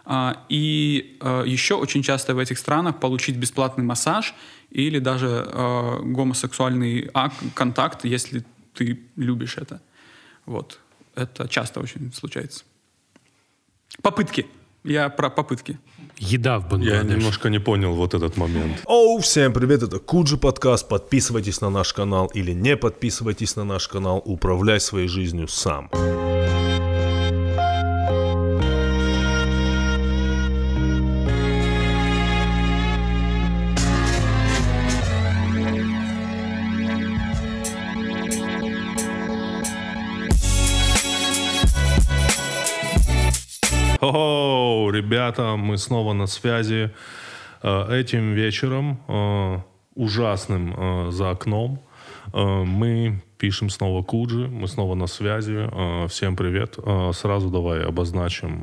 И еще очень часто в этих странах получить бесплатный массаж или даже гомосексуальный контакт, если ты любишь это. Вот. Это часто очень случается. Попытки. Я про попытки. Еда в Бангладеш. Я немножко не понял вот этот момент. Оу, всем привет, это Куджи подкаст. Подписывайтесь на наш канал или не подписывайтесь на наш канал. Управляй своей жизнью сам. О, ребята, мы снова на связи. Этим вечером, ужасным за окном, мы пишем снова Куджи, мы снова на связи. Всем привет. Сразу давай обозначим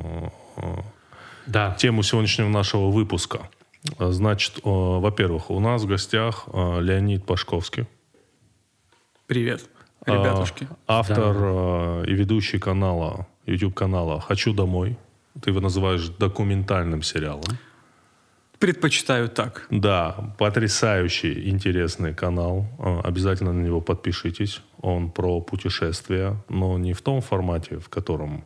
тему сегодняшнего нашего выпуска. Значит, во-первых, у нас в гостях Леонид Пашковский. Привет, ребятушки. Автор и ведущий канала, YouTube-канала «Хочу домой». Ты его называешь документальным сериалом. Предпочитаю так. Да, потрясающий, интересный канал. Обязательно на него подпишитесь. Он про путешествия, но не в том формате, в котором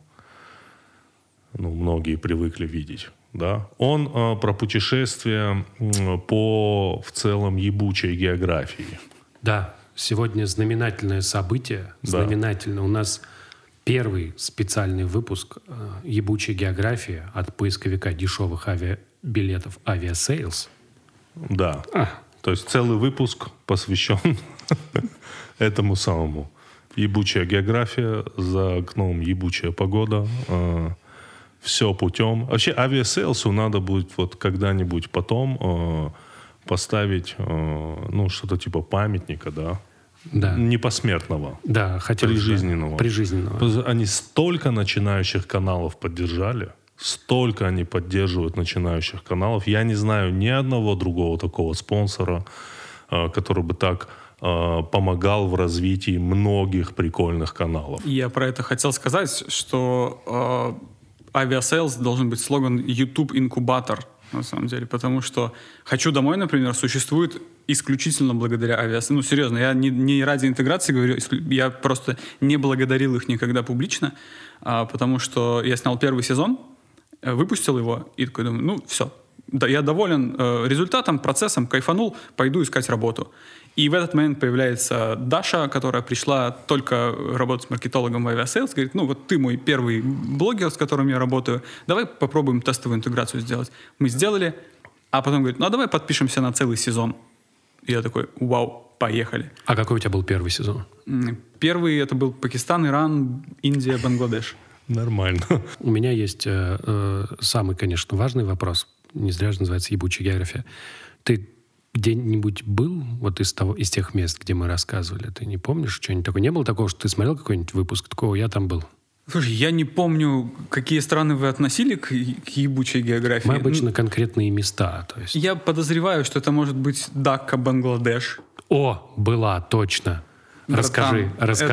многие привыкли видеть. Да? Он про путешествия по в целом ебучей географии. Да, сегодня знаменательное событие. Знаменательно. У нас первый специальный выпуск «Ебучая география» от поисковика дешевых билетов «Авиасейлс». Да. То есть целый выпуск посвящен этому самому. Ебучая география, за окном ебучая погода. Все путем. Вообще авиасейлсу надо будет вот когда-нибудь потом поставить что-то типа памятника, да? Да. Не посмертного. Да, хотелось прижизненного. Прижизненного. Они столько начинающих каналов поддержали, столько они поддерживают начинающих каналов. Я не знаю ни одного другого такого спонсора, который бы так помогал в развитии многих прикольных каналов. Я про это хотел сказать, что авиасейлс должен быть слоган YouTube-инкубатор, на самом деле, потому что «Хочу домой», например, существует исключительно благодаря авиасейлсу. Ну, серьезно, я не ради интеграции говорю, я просто не благодарил их никогда публично, потому что я снял первый сезон, выпустил его и такой думаю, все, да, я доволен результатом, процессом, кайфанул, пойду искать работу. И в этот момент появляется Даша, которая пришла только работать маркетологом в авиасейлс, говорит, вот ты мой первый блогер, с которым я работаю, давай попробуем тестовую интеграцию сделать. Мы сделали, а потом говорит, а давай подпишемся на целый сезон. И я такой, вау, поехали. А какой у тебя был первый сезон? Первый это был Пакистан, Иран, Индия, Бангладеш. Нормально. У меня есть самый, конечно, важный вопрос. Не зря же называется «Ебучая география». Ты где-нибудь был вот из тех мест, где мы рассказывали? Ты не помнишь что-нибудь такое? Не было такого, что ты смотрел какой-нибудь выпуск такого? Я там был. Слушай, я не помню, какие страны вы относили к ебучей географии. Мы обычно конкретные места. То есть. Я подозреваю, что это может быть Дакка, Бангладеш. О, была, точно. Расскажи.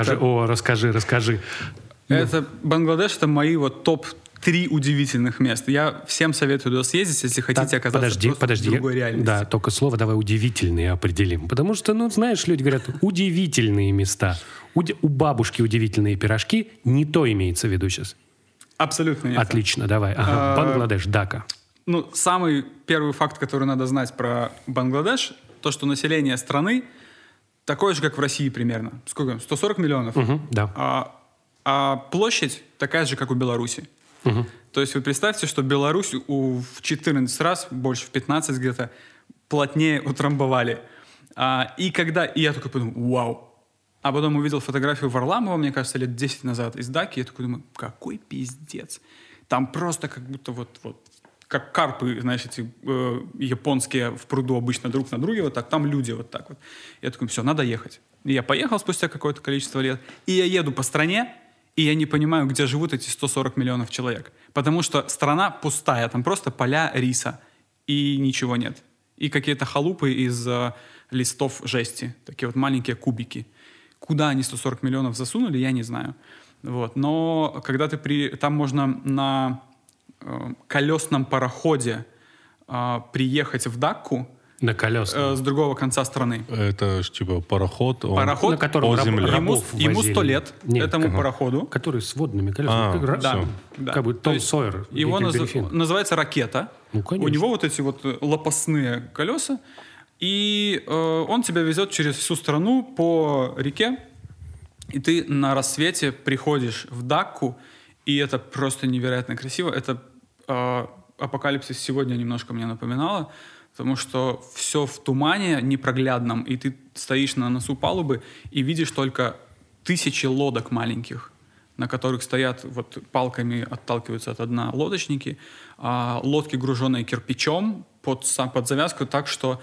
Это Бангладеш, это мои топ-3 удивительных мест. Я всем советую туда съездить, если хотите оказаться в другой реальности. Да, только слово давай «удивительные» определим. Потому что, знаешь, люди говорят «удивительные места». У бабушки удивительные пирожки. Не то имеется в виду сейчас. Абсолютно нет. Отлично, давай. Бангладеш, Дака. Самый первый факт, который надо знать про Бангладеш, то, что население страны такое же, как в России примерно. Сколько? 140 миллионов? Да. А площадь такая же, как у Беларуси. То есть вы представьте, что Беларусь в 14 раз, больше в 15 где-то, плотнее утрамбовали. И я такой подумал, вау. А потом увидел фотографию Варламова, мне кажется, лет 10 назад из Даки. Я такой думаю, какой пиздец. Там просто как будто как карпы, знаешь, эти японские в пруду обычно друг на друге, там люди так. Я такой, все, надо ехать. И я поехал спустя какое-то количество лет, и я еду по стране, и я не понимаю, где живут эти 140 миллионов человек. Потому что страна пустая, там просто поля риса, и ничего нет. И какие-то халупы из листов жести, такие маленькие кубики. Куда они 140 миллионов засунули, я не знаю. Но когда там можно колесном пароходе приехать в Дакку На колесном. с другого конца страны. Это ж типа пароход, он Пароход, на котором по земле. ему 100 лет, Нет, этому пароходу. Который с водными колесами. Да, Всё. да. Как бы То Том есть Сойер. Его называется ракета. Ну, конечно. У него вот эти вот лопастные колеса. И он тебя везет через всю страну по реке. И ты на рассвете приходишь в Дакку. И это просто невероятно красиво. Это апокалипсис сегодня немножко мне напоминало. Потому что все в тумане непроглядном. И ты стоишь на носу палубы и видишь только тысячи лодок маленьких, на которых стоят, вот палками отталкиваются от дна лодочники, лодки, груженные кирпичом под завязку, так что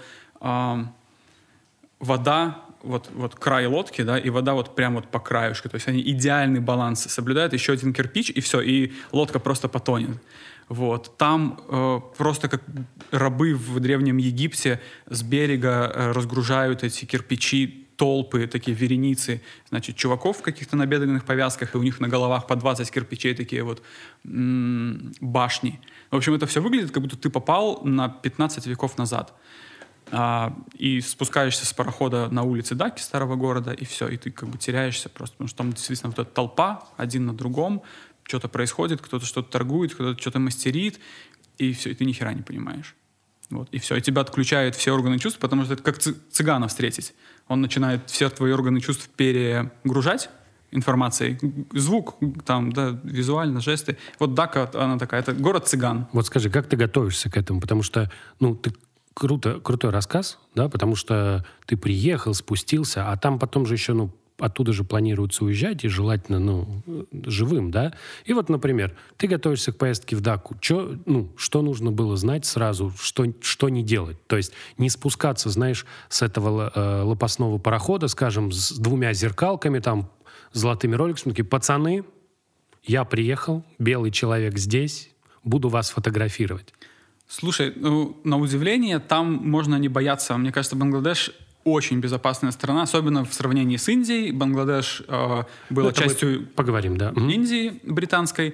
вода, вот край лодки, да, и вода вот прям вот по краюшку, то есть они идеальный баланс соблюдают, еще один кирпич, и все, и лодка просто потонет. Вот. Там просто как рабы в Древнем Египте с берега разгружают эти кирпичи, толпы, такие вереницы, значит, чуваков в каких-то набедренных повязках, и у них на головах по 20 кирпичей такие вот башни. В общем, это все выглядит, как будто ты попал на 15 веков назад. И спускаешься с парохода на улице Даки, старого города, и все, и ты как бы теряешься просто, потому что там действительно вот эта толпа, один на другом, что-то происходит, кто-то что-то торгует, кто-то что-то мастерит, и все, и ты ни хера не понимаешь. Вот, и все, и тебя отключают все органы чувств, потому что это как цыгана встретить. Он начинает все твои органы чувств перегружать информацией. Звук, там, да, визуально, жесты. Вот Дака, она такая, это город цыган. Вот скажи, как ты готовишься к этому? Потому что, ты крутой рассказ, да, потому что ты приехал, спустился, а там потом же еще, оттуда же планируется уезжать, и желательно, живым, да? И вот, например, ты готовишься к поездке в Дакку. Что нужно было знать сразу, что не делать? То есть не спускаться, знаешь, с этого лопастного парохода, скажем, с 2 зеркалками, там, золотыми роликсами, такие: пацаны, я приехал, белый человек здесь, буду вас фотографировать. Слушай, на удивление, там можно не бояться. Мне кажется, Бангладеш очень безопасная страна, особенно в сравнении с Индией. Бангладеш была частью поговорим, да. Индии британской.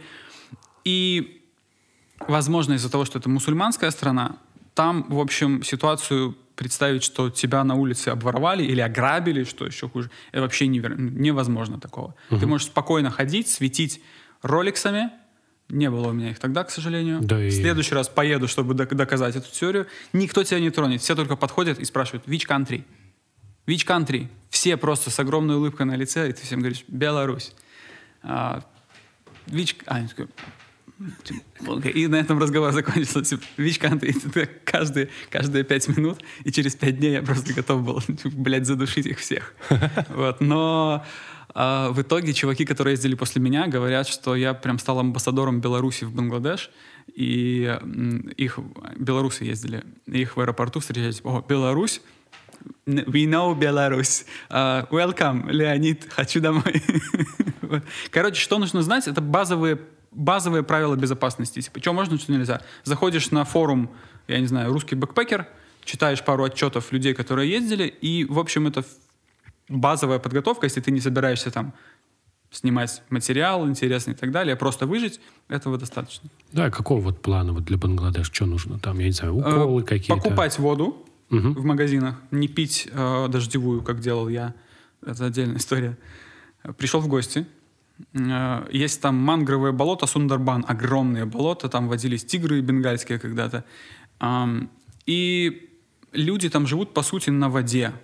И, возможно, из-за того, что это мусульманская страна, там, в общем, ситуацию представить, что тебя на улице обворовали или ограбили, что еще хуже, это вообще невозможно такого. Ты можешь спокойно ходить, светить роликсами. Не было у меня их тогда, к сожалению. Да, в следующий раз поеду, чтобы доказать эту теорию. Никто тебя не тронет. Все только подходят и спрашивают: which country? Which country? Все просто с огромной улыбкой на лице, и ты всем говоришь: Беларусь. И на этом разговор закончился. Which country? Каждые 5 минут, и через 5 дней я просто готов был, задушить их всех. Вот. Но в итоге чуваки, которые ездили после меня, говорят, что я прям стал амбассадором Беларуси в Бангладеш, и белорусы ездили, их в аэропорту встречать: о, Беларусь, we know Беларусь, welcome, Леонид, хочу домой. Короче, что нужно знать, это базовые правила безопасности. Типа, что можно, что нельзя. Заходишь на форум, я не знаю, русский бэкпекер, читаешь пару отчетов людей, которые ездили, и, в общем, это базовая подготовка, если ты не собираешься там снимать материал интересный и так далее, а просто выжить, этого достаточно. Да, какого вот плана вот для Бангладеш, что нужно там, я не знаю, уколы какие-то? Покупать воду в магазинах, не пить дождевую, как делал я, это отдельная история. Пришел в гости, есть там мангровое болото Сундарбан, огромные болота, там водились тигры бенгальские когда-то, и люди там живут, по сути, на воде,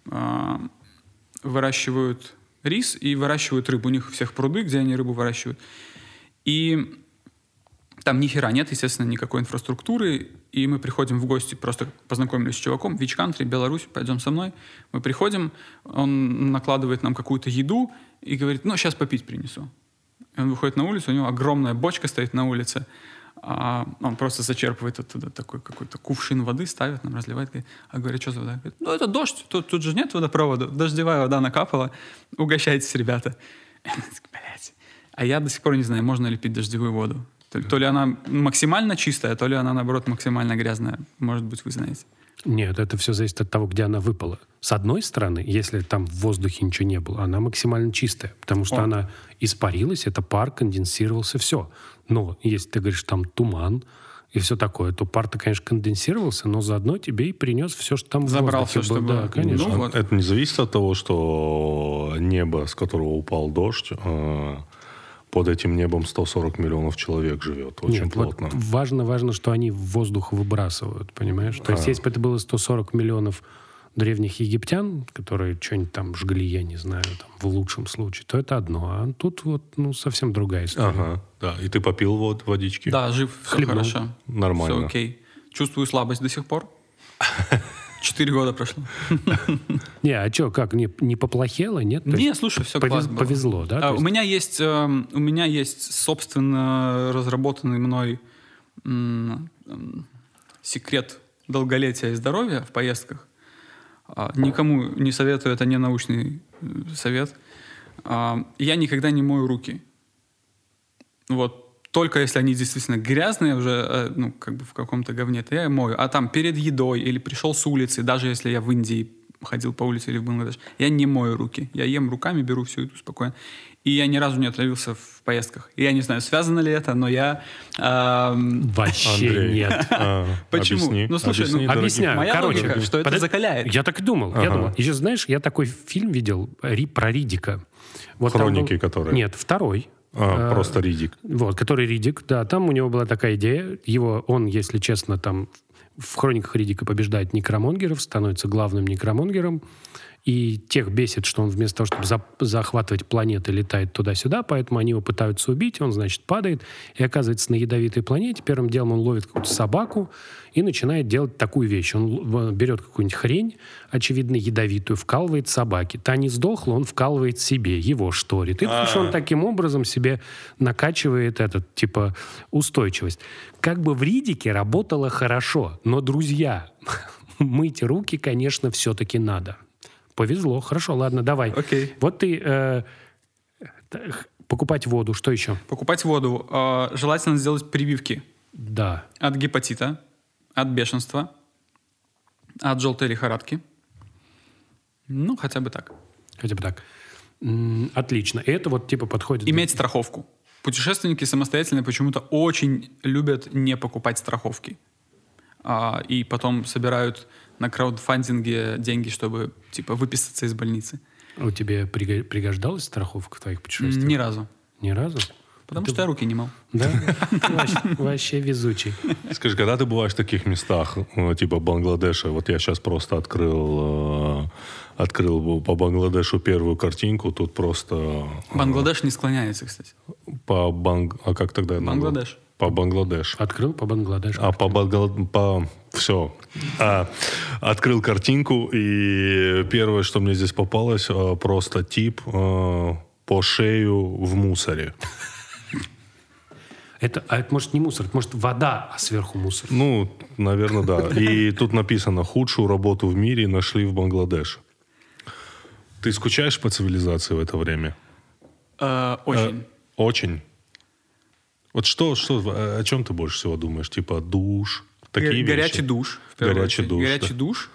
выращивают рис и выращивают рыбу. У них у всех пруды, где они рыбу выращивают. И там ни хера нет, естественно, никакой инфраструктуры. И мы приходим в гости, просто познакомились с чуваком. Which country? Беларусь, пойдем со мной. Мы приходим, он накладывает нам какую-то еду и говорит: сейчас попить принесу. И он выходит на улицу, у него огромная бочка стоит на улице. Он просто зачерпывает оттуда такой какой-то кувшин воды, ставит нам, разливает. Говорит: что за вода? Говорит: это дождь, тут же нет водопровода, дождевая вода накапала, угощайтесь, ребята. Блять. А я до сих пор не знаю, можно ли пить дождевую воду. То ли она максимально чистая, то ли она, наоборот, максимально грязная. Может быть, вы знаете. Нет, это все зависит от того, где она выпала. С одной стороны, если там в воздухе ничего не было, она максимально чистая, потому что она испарилась, это пар, конденсировался, все. Но если ты говоришь, там туман и все такое, то пар-то, конечно, конденсировался, но заодно тебе и принес все, что там Забрал в воздухе все, было. что Да, было. конечно. Ну, вот. Это не зависит от того, что небо, с которого упал дождь, под этим небом 140 миллионов человек живет. Очень Нет, плотно. вот важно, что они в воздух выбрасывают, понимаешь? То есть, если бы это было 140 миллионов древних египтян, которые что-нибудь там жгли, я не знаю, там, в лучшем случае, то это одно. А тут вот совсем другая история. Ага, да. И ты попил водички? Да, жив, все Хлебнул. хорошо. Нормально. Все окей. Чувствую слабость до сих пор. 4 года прошло. Не, а что, как, не поплохело, нет? То Не, есть слушай, все классно было. повезло, да? То есть- У меня есть собственно разработанный мной секрет долголетия и здоровья в поездках. Никому не советую, это не научный совет. Я никогда не мою руки. Вот. Только если они действительно грязные уже, как бы в каком-то говне, то я мою. А там перед едой или пришел с улицы, даже если я в Индии ходил по улице или в Бангладеш, я не мою руки. Я ем руками, беру все, иду спокойно. И я ни разу не отравился в поездках. И я не знаю, связано ли это, но я... Вообще Андрей. нет. Почему? Объясни, Ну, слушай, объясни, дорогим. Объясняю. моя Короче, логика, что это закаляет. Я так и думал. Я думал. Еще знаешь, я такой фильм видел про Риддика. Вот там Хроники, был- которые? Нет, второй. Просто Риддик. Вот, который Риддик, да, там у него была такая идея, он, если честно, там в хрониках Риддика побеждает некромонгеров, становится главным некромонгером, и тех бесит, что он вместо того, чтобы захватывать планеты, летает туда-сюда, поэтому они его пытаются убить, он, значит, падает и оказывается на ядовитой планете. Первым делом он ловит какую-то собаку и начинает делать такую вещь. Он берет какую-нибудь хрень, очевидно, ядовитую, вкалывает собаке. Та не сдохла, он вкалывает себе, его шторит. И потому что он таким образом себе накачивает устойчивость. Как бы в Риддике работало хорошо, но, друзья, мыть руки, конечно, все-таки надо. Повезло. Хорошо, ладно, давай. Окей. Вот ты покупать воду. Что еще? Покупать воду. Желательно сделать прививки Да. от гепатита, от бешенства, от желтой лихорадки. Ну, хотя бы так. Хотя бы так. Отлично. И это вот типа подходит... Иметь страховку. Путешественники самостоятельно почему-то очень любят не покупать страховки. И потом собирают на краудфандинге деньги, чтобы типа выписаться из больницы. У тебя пригождалась страховка в твоих путешествиях? Ни разу. Ни разу? Потому что я руки не мыл. Да? Вообще везучий. Скажи, когда ты бываешь в таких местах, типа Бангладеша, вот я сейчас просто открыл по Бангладешу первую картинку, тут просто... Бангладеш не склоняется, кстати. А как тогда? Бангладеш. По Бангладеш. Открыл по Бангладешу. Все. Открыл картинку, и первое, что мне здесь попалось, просто тип по шею в мусоре. Это может не мусор, это может вода, а сверху мусор. Ну, наверное, да. И тут написано: худшую работу в мире нашли в Бангладеше. Ты скучаешь по цивилизации в это время? Очень. Очень. Вот о чем ты больше всего думаешь? Типа душ, такие Горячий вещи? душ. В первую Горячий очередь. душ. Горячий душ.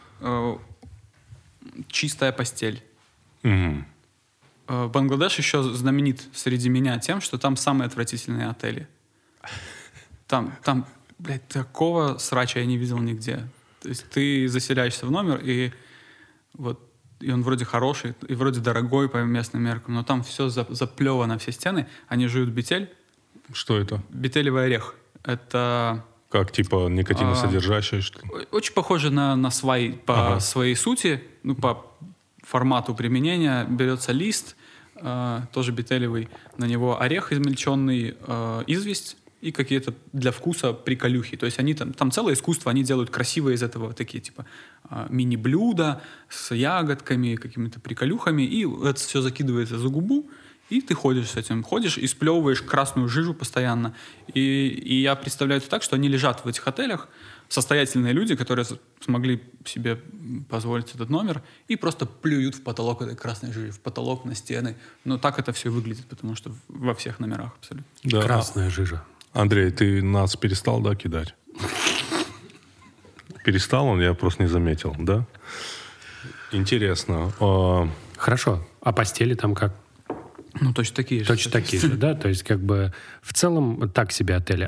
Чистая постель. Мгм. Бангладеш еще знаменит среди меня тем, что там самые отвратительные отели. Там, блядь, такого срача я не видел нигде. То есть ты заселяешься в номер, и он вроде хороший, и вроде дорогой по местным меркам, но там все заплевано, все стены. Они жуют бетель. Что это? Бетелевый орех. Это Как, типа, никотиносодержащее? Что ли? очень похоже на свай по своей сути, по формату применения. Берется лист, тоже бетелевый, на него орех измельченный, известь и какие-то для вкуса приколюхи. То есть они там целое искусство, они делают красивые из этого такие типа мини-блюда с ягодками, какими-то приколюхами, и это все закидывается за губу, и ты ходишь с этим. Ходишь и сплевываешь красную жижу постоянно. И я представляю это так, что они лежат в этих отелях, состоятельные люди, которые смогли себе позволить этот номер, и просто плюют в потолок этой красной жижи, в потолок, на стены. Но так это все выглядит, потому что во всех номерах абсолютно. Да. Красная жижа. Андрей, ты нас перестал, да, кидать? Перестал он? Я просто не заметил, да? Интересно. Хорошо. А постели там как? Ну, точно такие же. Точно такие же, да? То есть, как бы, в целом, так себе отели.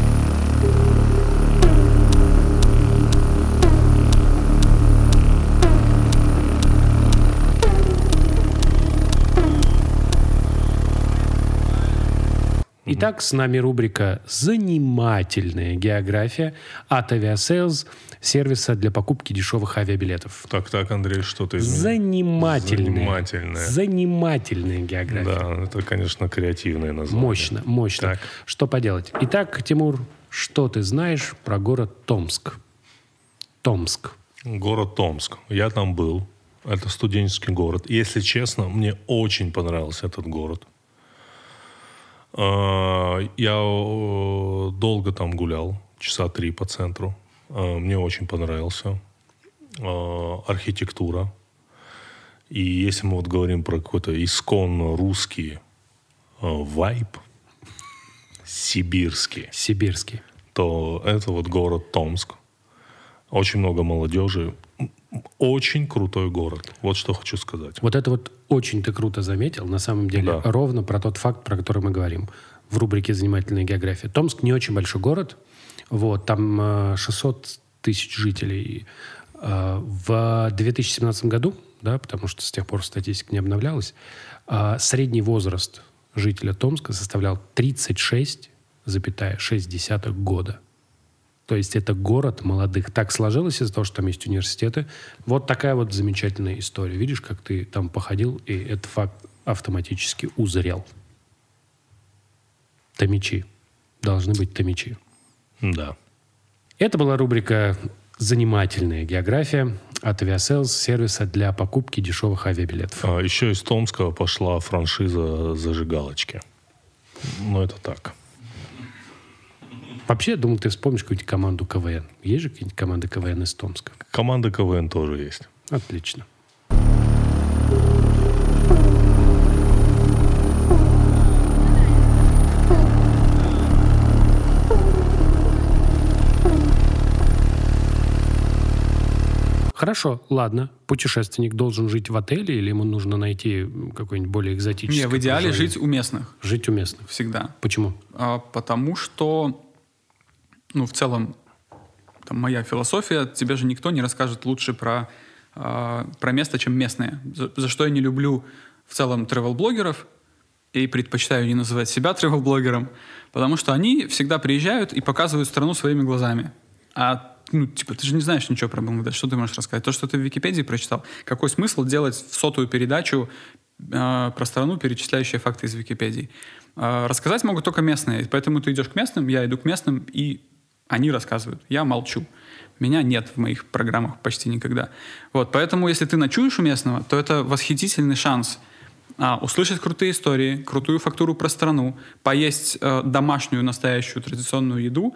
Итак, с нами рубрика «Занимательная география» от Aviasales, сервиса для покупки дешевых авиабилетов. Так, Андрей, что ты изменил? Занимательная география. Да, это, конечно, креативное название. Мощно. Так. Что поделать? Итак, Тимур, что ты знаешь про город Томск? Город Томск. Я там был. Это студенческий город. Если честно, мне очень понравился этот город. Я долго там гулял, часа 3 по центру. Мне очень понравился. Архитектура. И если мы вот говорим про какой-то исконно русский вайб, сибирский, то это вот город Томск. Очень много молодежи. Очень крутой город. Вот что хочу сказать. Вот это вот очень ты круто заметил, на самом деле, Да. ровно про тот факт, про который мы говорим в рубрике «Занимательная география». Томск не очень большой город. Вот, там 600 тысяч жителей. В 2017 году, да, потому что с тех пор статистика не обновлялась, средний возраст жителя Томска составлял 36,6 года. То есть это город молодых. Так сложилось из-за того, что там есть университеты. Вот такая вот замечательная история. Видишь, как ты там походил, и этот факт автоматически узрел. Томичи. Должны быть томичи. Да. Это была рубрика «Занимательная география» от Aviasales, сервиса для покупки дешевых авиабилетов. Еще из Томска пошла франшиза зажигалочки. Ну, это так. Вообще, я думал, ты вспомнишь какую-нибудь команду КВН. Есть же какие-нибудь команды КВН из Томска? Команда КВН тоже есть. Отлично. Хорошо, ладно. Путешественник должен жить в отеле или ему нужно найти какой-нибудь более экзотический? Не, в идеале жить у местных. Жить у местных. Всегда. Почему? Потому что, в целом, там, моя философия, тебе же никто не расскажет лучше про место, чем местные. За что я не люблю в целом тревел-блогеров и предпочитаю не называть себя тревел-блогером, потому что они всегда приезжают и показывают страну своими глазами. Ты же не знаешь ничего про Бангладеш. Что ты можешь рассказать? То, что ты в Википедии прочитал. Какой смысл делать в 100-ю передачу про страну, перечисляющие факты из Википедии? Рассказать могут только местные. Поэтому ты идешь к местным, я иду к местным, и они рассказывают. Я молчу. Меня нет в моих программах почти никогда. Вот, поэтому, если ты ночуешь у местного, то это восхитительный шанс услышать крутые истории, крутую фактуру про страну, поесть домашнюю, настоящую, традиционную еду,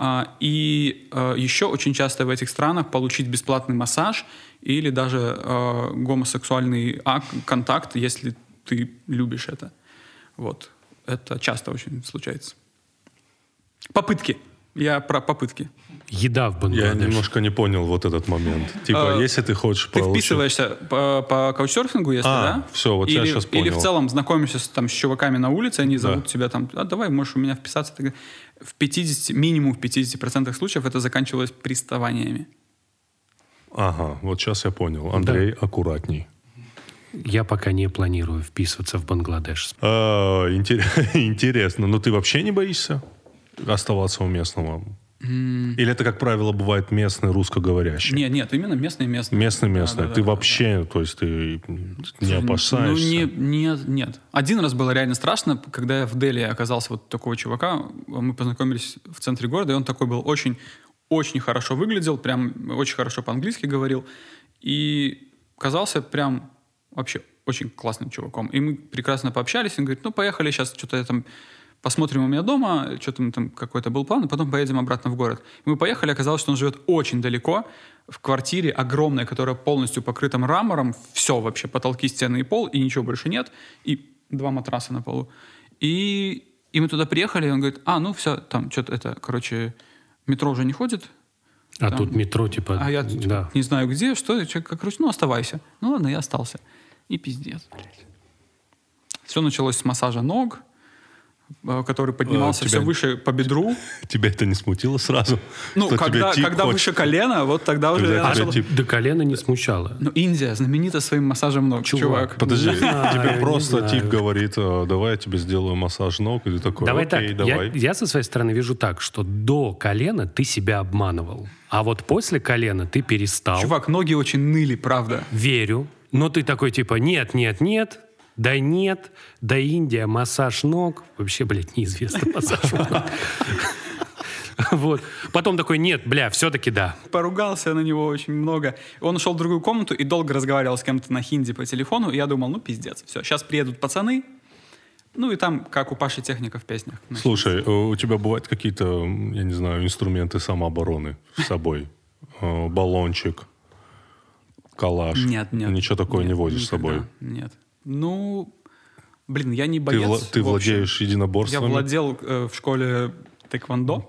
и еще очень часто в этих странах получить бесплатный массаж или даже гомосексуальный контакт, если ты любишь это. Вот. Это часто очень случается. Попытки. Я про попытки. Еда в Бангладеш. Я немножко не понял вот этот момент. Типа, если ты хочешь Ты получить... вписываешься по каучсерфингу, если, да? все, вот я сейчас понял. Или в целом знакомишься с чуваками на улице, они зовут тебя там, давай, можешь у меня вписаться. Минимум в 50% случаев это заканчивалось приставаниями. Ага, вот сейчас я понял. Андрей, аккуратней. Я пока не планирую вписываться в Бангладеш. Интересно. Но ты вообще не боишься оставаться у местного? Или это, как правило, бывает местный русскоговорящий? Нет, именно местный. Местный. Да, ты вообще, то есть ты не опасаешься? Нет. Один раз было реально страшно, когда я в Дели оказался вот такого чувака. Мы познакомились в центре города, и он такой был очень, очень хорошо выглядел, прям очень хорошо по-английски говорил. И казался прям вообще очень классным чуваком. И мы прекрасно пообщались. Он говорит, поехали, сейчас что-то я там... Посмотрим у меня дома, что-то там какой-то был план, и потом поедем обратно в город. И мы поехали, оказалось, что он живет очень далеко, в квартире огромной, которая полностью покрыта мрамором, все вообще, потолки, стены и пол, и ничего больше нет, и 2 матраса на полу. И И мы туда приехали, и он говорит, ну все, там что-то это, короче, метро уже не ходит. А там, тут метро, типа... А я типа, не знаю где, что, короче, оставайся. Ну ладно, я остался. И пиздец, блядь. Все началось с массажа ног, который поднимался все выше по бедру. Тебя это не смутило сразу? Ну, когда выше колена, вот тогда уже... До колена не смущало. Ну, Индия знаменита своим массажем ног, чувак. Подожди, тебе просто тип говорит, давай я тебе сделаю массаж ног, и ты такой, окей, давай. Я со своей стороны вижу так, что до колена ты себя обманывал, а вот после колена ты перестал. Чувак, ноги очень ныли, правда. Верю, но ты такой типа, нет, да нет, да Индия, массаж ног. Вообще, блядь, неизвестно массаж ног. Вот. Потом такой, нет, все-таки да. Поругался на него очень много. Он ушел в другую комнату и долго разговаривал с кем-то на хинди по телефону. И я думал, пиздец, все, сейчас приедут пацаны. Ну и там, как у Паши Техника в песнях. Слушай, у тебя бывают какие-то, я не знаю, инструменты самообороны с собой? Баллончик, калаш? Нет. Ничего такого не возишь с собой? Нет. Ну, я не боец. Ты владеешь единоборствами? Я владел в школе тэквондо,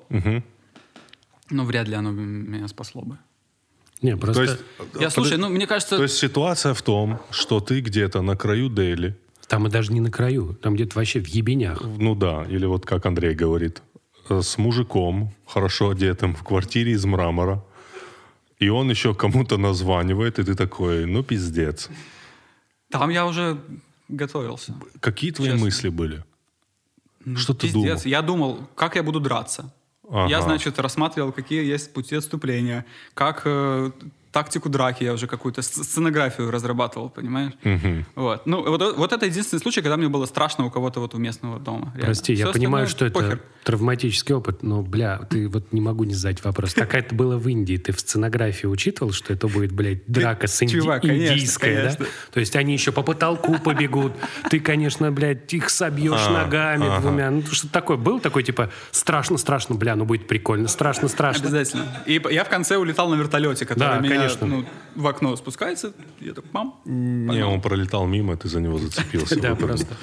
но вряд ли оно меня спасло бы. Не, просто... мне кажется... То есть ситуация в том, что ты где-то на краю Дели. Там и даже не на краю, там где-то вообще в ебенях. Ну да, или вот как Андрей говорит, с мужиком, хорошо одетым, в квартире из мрамора, и он еще кому-то названивает, и ты такой, пиздец. Там я уже готовился. Какие твои мысли были? Что ты думал? Я думал, как я буду драться. Ага. Я, рассматривал, какие есть пути отступления, как тактику драки, я уже какую-то сценографию разрабатывал, понимаешь? Вот. Ну, вот это единственный случай, когда мне было страшно у кого-то вот у местного дома. Реально. Прости, я понимаю, что это травматический опыт, но, ты вот не могу не задать вопрос. Как это было в Индии? Ты в сценографии учитывал, что это будет, драка с индийская, конечно. Да? То есть они еще по потолку побегут. Ты, конечно, их собьешь ногами двумя. Ну, что такое? Был такой, типа, страшно, будет прикольно, страшно. Обязательно. И я в конце улетал на вертолете, который меня в окно спускается, я так, Не, он пролетал мимо, ты за него зацепился. Да, просто.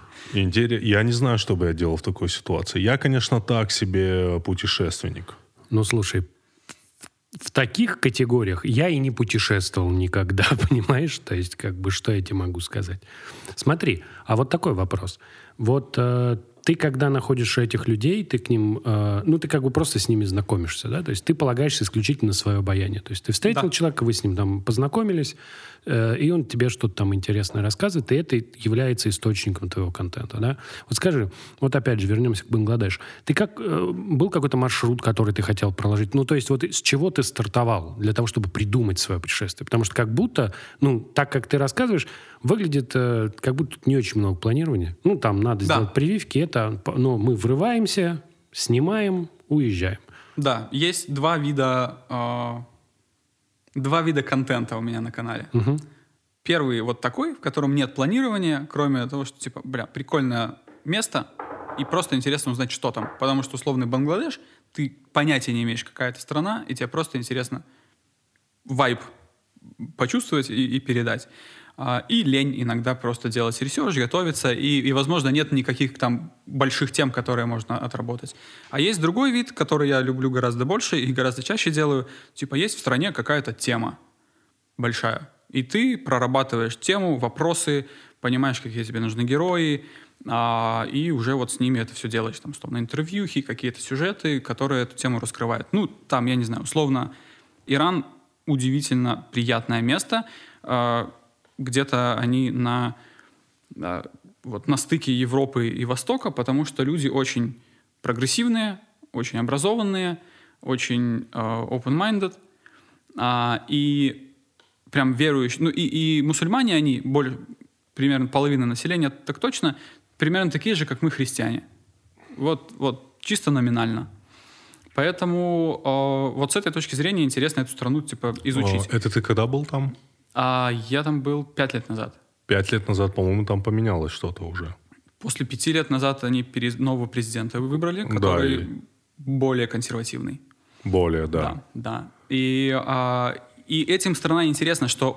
Я не знаю, что бы я делал в такой ситуации. Я, конечно, так себе путешественник. Ну, слушай, в таких категориях я и не путешествовал никогда, понимаешь? То есть, что я тебе могу сказать? Смотри, а вот такой вопрос. Вот ты, когда находишь этих людей, ты к ним, ты просто с ними знакомишься, да? То есть ты полагаешься исключительно на свое обаяние. То есть ты встретил человека, вы с ним там познакомились, и он тебе что-то там интересное рассказывает, и это является источником твоего контента, да? Вот скажи, вот опять же, вернемся к Бангладешу. Ты был какой-то маршрут, который ты хотел проложить? Ну, то есть вот с чего ты стартовал для того, чтобы придумать свое путешествие? Потому что как будто, так как ты рассказываешь, выглядит, как будто тут не очень много планирования. Там надо сделать прививки, но мы врываемся, снимаем, уезжаем. Да, есть два вида контента у меня на канале. Угу. Первый вот такой, в котором нет планирования, кроме того, что прикольное место, и просто интересно узнать, что там. Потому что условный Бангладеш, ты понятия не имеешь, какая это страна, и тебе просто интересно вайб почувствовать и передать. И лень иногда просто делать ресерч, готовиться, и, возможно, нет никаких там больших тем, которые можно отработать. А есть другой вид, который я люблю гораздо больше и гораздо чаще делаю. Есть в стране какая-то тема большая, и ты прорабатываешь тему, вопросы, понимаешь, какие тебе нужны герои, и уже вот с ними это все делаешь. Там, условно, интервьюхи, какие-то сюжеты, которые эту тему раскрывают. Там, я не знаю, условно, Иран — удивительно приятное место, где-то они на стыке Европы и Востока, потому что люди очень прогрессивные, очень образованные, очень open-minded, и прям верующие. И мусульмане, они примерно половина населения, так точно, примерно такие же, как мы, христиане. Вот чисто номинально. Поэтому вот с этой точки зрения интересно эту страну изучить. Это ты когда был там? Я там был 5 лет назад. 5 лет назад, по-моему, там поменялось что-то уже. После 5 лет назад они нового президента выбрали, который более консервативный. Более, да. Да. И этим страна интересна, что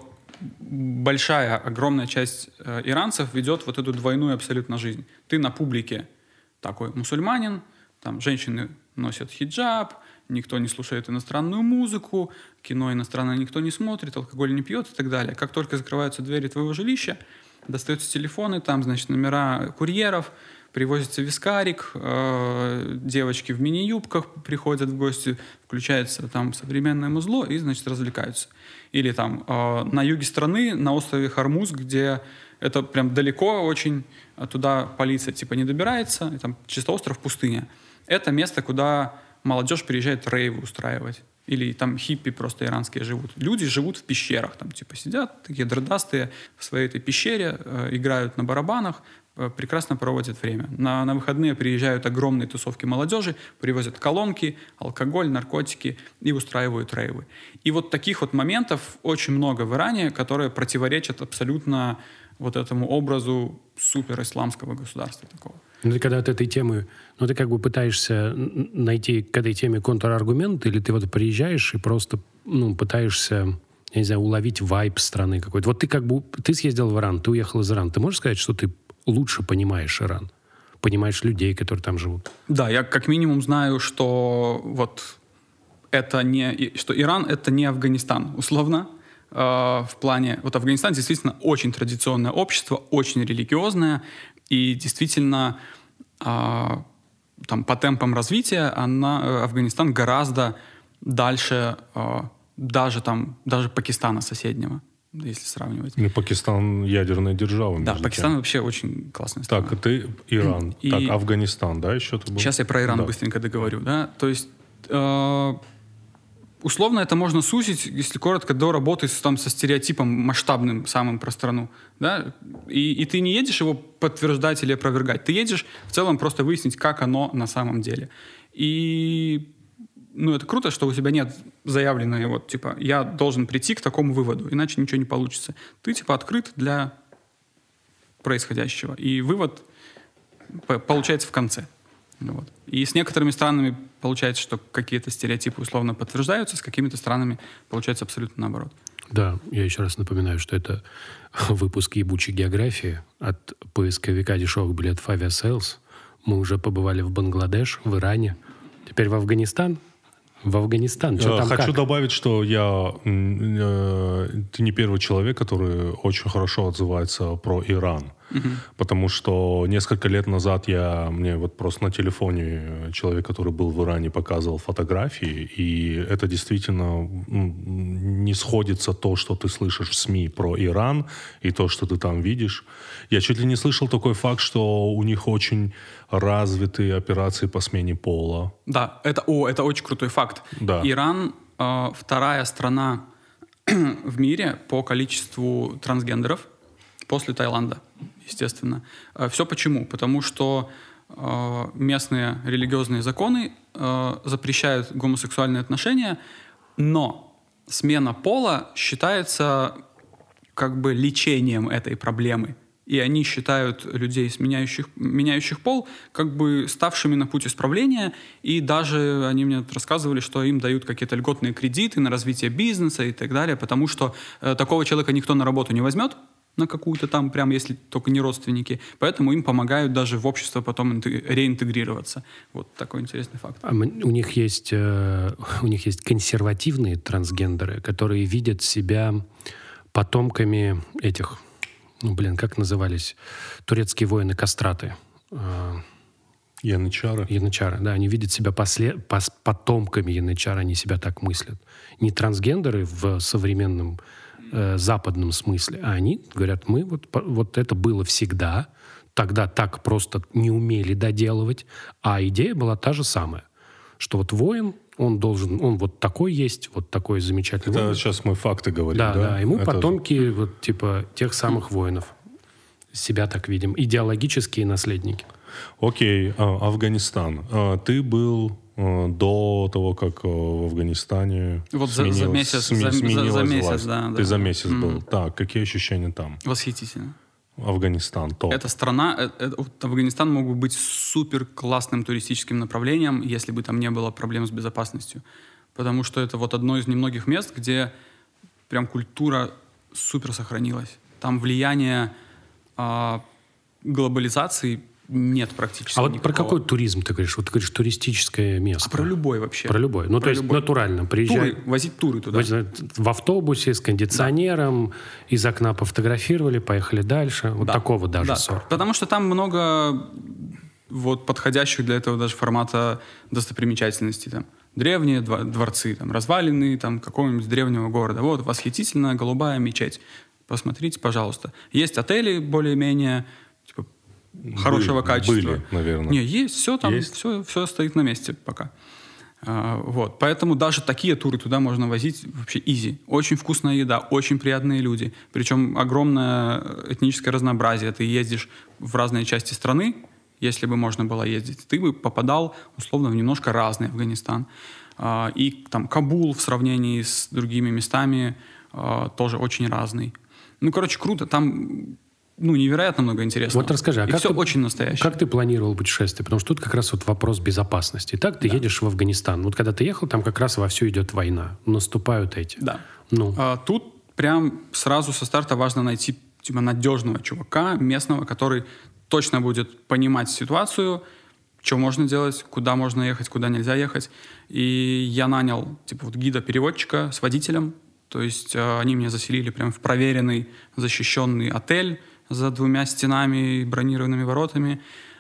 огромная часть иранцев ведет вот эту двойную абсолютно жизнь. Ты на публике такой мусульманин, там женщины носят хиджаб, никто не слушает иностранную музыку, кино иностранное никто не смотрит, алкоголь не пьет и так далее. Как только закрываются двери твоего жилища, достаются телефоны, там, значит, номера курьеров, привозится вискарик, девочки в мини-юбках приходят в гости, включается там современное музло и, значит, развлекаются. Или там на юге страны, на острове Хормуз, где это прям далеко очень, туда полиция типа не добирается, и там чисто остров, пустыня. Это место, куда молодежь приезжает рейвы устраивать. Или там хиппи просто иранские живут. Люди живут в пещерах, там типа сидят, такие дредастые в своей этой пещере, играют на барабанах, прекрасно проводят время. На выходные приезжают огромные тусовки молодежи, привозят колонки, алкоголь, наркотики и устраивают рейвы. И вот таких вот моментов очень много в Иране, которые противоречат абсолютно вот этому образу суперисламского государства такого. Ну, ты когда от этой темы, ну, ты как бы пытаешься найти к этой теме контраргумент, или ты вот приезжаешь и просто, ну, пытаешься, я не знаю, уловить вайб страны какой-то. Вот ты как бы, ты съездил в Иран, ты уехал из Ирана. Ты можешь сказать, что ты лучше понимаешь Иран? Понимаешь людей, которые там живут? Да, я как минимум знаю, что вот это не, что Иран — это не Афганистан, условно. В плане... Вот Афганистан действительно очень традиционное общество, очень религиозное, и действительно там, по темпам развития Афганистан гораздо дальше даже Пакистана соседнего, если сравнивать. И Пакистан ядерная держава. Да, Пакистан вообще очень классная страна. Так, ты Иран. Так, Афганистан, да, еще ты был? Сейчас я про Иран быстренько договорю. Да? То есть... Условно это можно сузить, если коротко, до работы со стереотипом масштабным самым про страну. Да? И ты не едешь его подтверждать или опровергать. Ты едешь в целом просто выяснить, как оно на самом деле. И это круто, что у тебя нет заявленного, вот, типа, я должен прийти к такому выводу, иначе ничего не получится. Ты типа открыт для происходящего. И вывод получается в конце. Вот. И с некоторыми странами получается, что какие-то стереотипы условно подтверждаются, с какими-то странами получается абсолютно наоборот. Да, я еще раз напоминаю, что это выпуск «Ебучей географии» от поисковика дешевых билетов «Авиасейлс». Мы уже побывали в Бангладеш, в Иране, теперь в Афганистан. В Афганистан. Что там, хочу как? добавить, что ты не первый человек, который очень хорошо отзывается про Иран. Потому что несколько лет назад мне вот просто на телефоне человек, который был в Иране, показывал фотографии, и это действительно не сходится то, что ты слышишь в СМИ про Иран, и то, что ты там видишь. Я чуть ли не слышал такой факт, что у них очень развитые операции по смене пола. Да, это очень крутой факт. Да. Иран вторая страна в мире по количеству трансгендеров после Таиланда, естественно. Все почему? Потому что местные религиозные законы запрещают гомосексуальные отношения, но смена пола считается как бы лечением этой проблемы. И они считают людей, меняющих пол, как бы ставшими на путь исправления. И даже они мне рассказывали, что им дают какие-то льготные кредиты на развитие бизнеса и так далее, потому что такого человека никто на работу не возьмет, на какую-то там, прям если только не родственники. Поэтому им помогают даже в общество потом реинтегрироваться. Вот такой интересный факт. У них есть консервативные трансгендеры, которые видят себя потомками этих... как назывались? Турецкие воины-кастраты. Янычары. Янычары, да. Они видят себя потомками янычар, они себя так мыслят. Не трансгендеры в современном западном смысле, а они говорят, мы вот это было всегда, тогда так просто не умели доделывать, а идея была та же самая, что вот воин, он вот такой есть, вот такой замечательный Это воин. сейчас мы факты говорим, да? Да, и мы это... потомки вот типа тех самых воинов. Себя так видим. Идеологические наследники. Окей, Афганистан. Ты был до того, как в Афганистане вот сменилась за месяц, власть. Да. Ты за месяц был. Так, какие ощущения там? Восхитительно. Афганистан, топ. Эта страна, Афганистан мог бы быть супер классным туристическим направлением, если бы там не было проблем с безопасностью. Потому что это вот одно из немногих мест, где прям культура супер сохранилась. Там влияние глобализации нет практически А вот никакого. про какой туризм ты говоришь? Вот ты говоришь туристическое место. Про любой вообще. Про любой. Ну, Про то есть любой. натурально. Приезжай Возить туры туда. в автобусе с кондиционером, из окна пофотографировали, поехали дальше. Вот такого даже Да. сорта. Потому что там много вот подходящих для этого даже формата достопримечательностей. Там древние дворцы, там развалины там, какого-нибудь древнего города. Вот восхитительная голубая мечеть. Посмотрите, пожалуйста. Есть отели более-менее типа, хорошего качества. Были, наверное. Не, есть, все там, Есть? все стоит на месте пока. Вот. Поэтому даже такие туры туда можно возить вообще изи. Очень вкусная еда, очень приятные люди. Причем огромное этническое разнообразие. Ты ездишь в разные части страны, если бы можно было ездить, ты бы попадал условно в немножко разный Афганистан. И там Кабул в сравнении с другими местами тоже очень разный. Ну, короче, круто. Там невероятно много интересного. Вот расскажи, а и как все ты, очень настоящее. Как ты планировал путешествие? Потому что тут как раз вот вопрос безопасности. Так ты едешь в Афганистан. Вот когда ты ехал, там как раз вовсю идет война. Наступают эти. Да. Ну. Тут прям сразу со старта важно найти типа надежного чувака местного, который точно будет понимать ситуацию, что можно делать, куда можно ехать, куда нельзя ехать. И я нанял типа вот гида-переводчика с водителем. То есть они меня заселили прям в проверенный, защищенный отель за 2 стенами и бронированными воротами.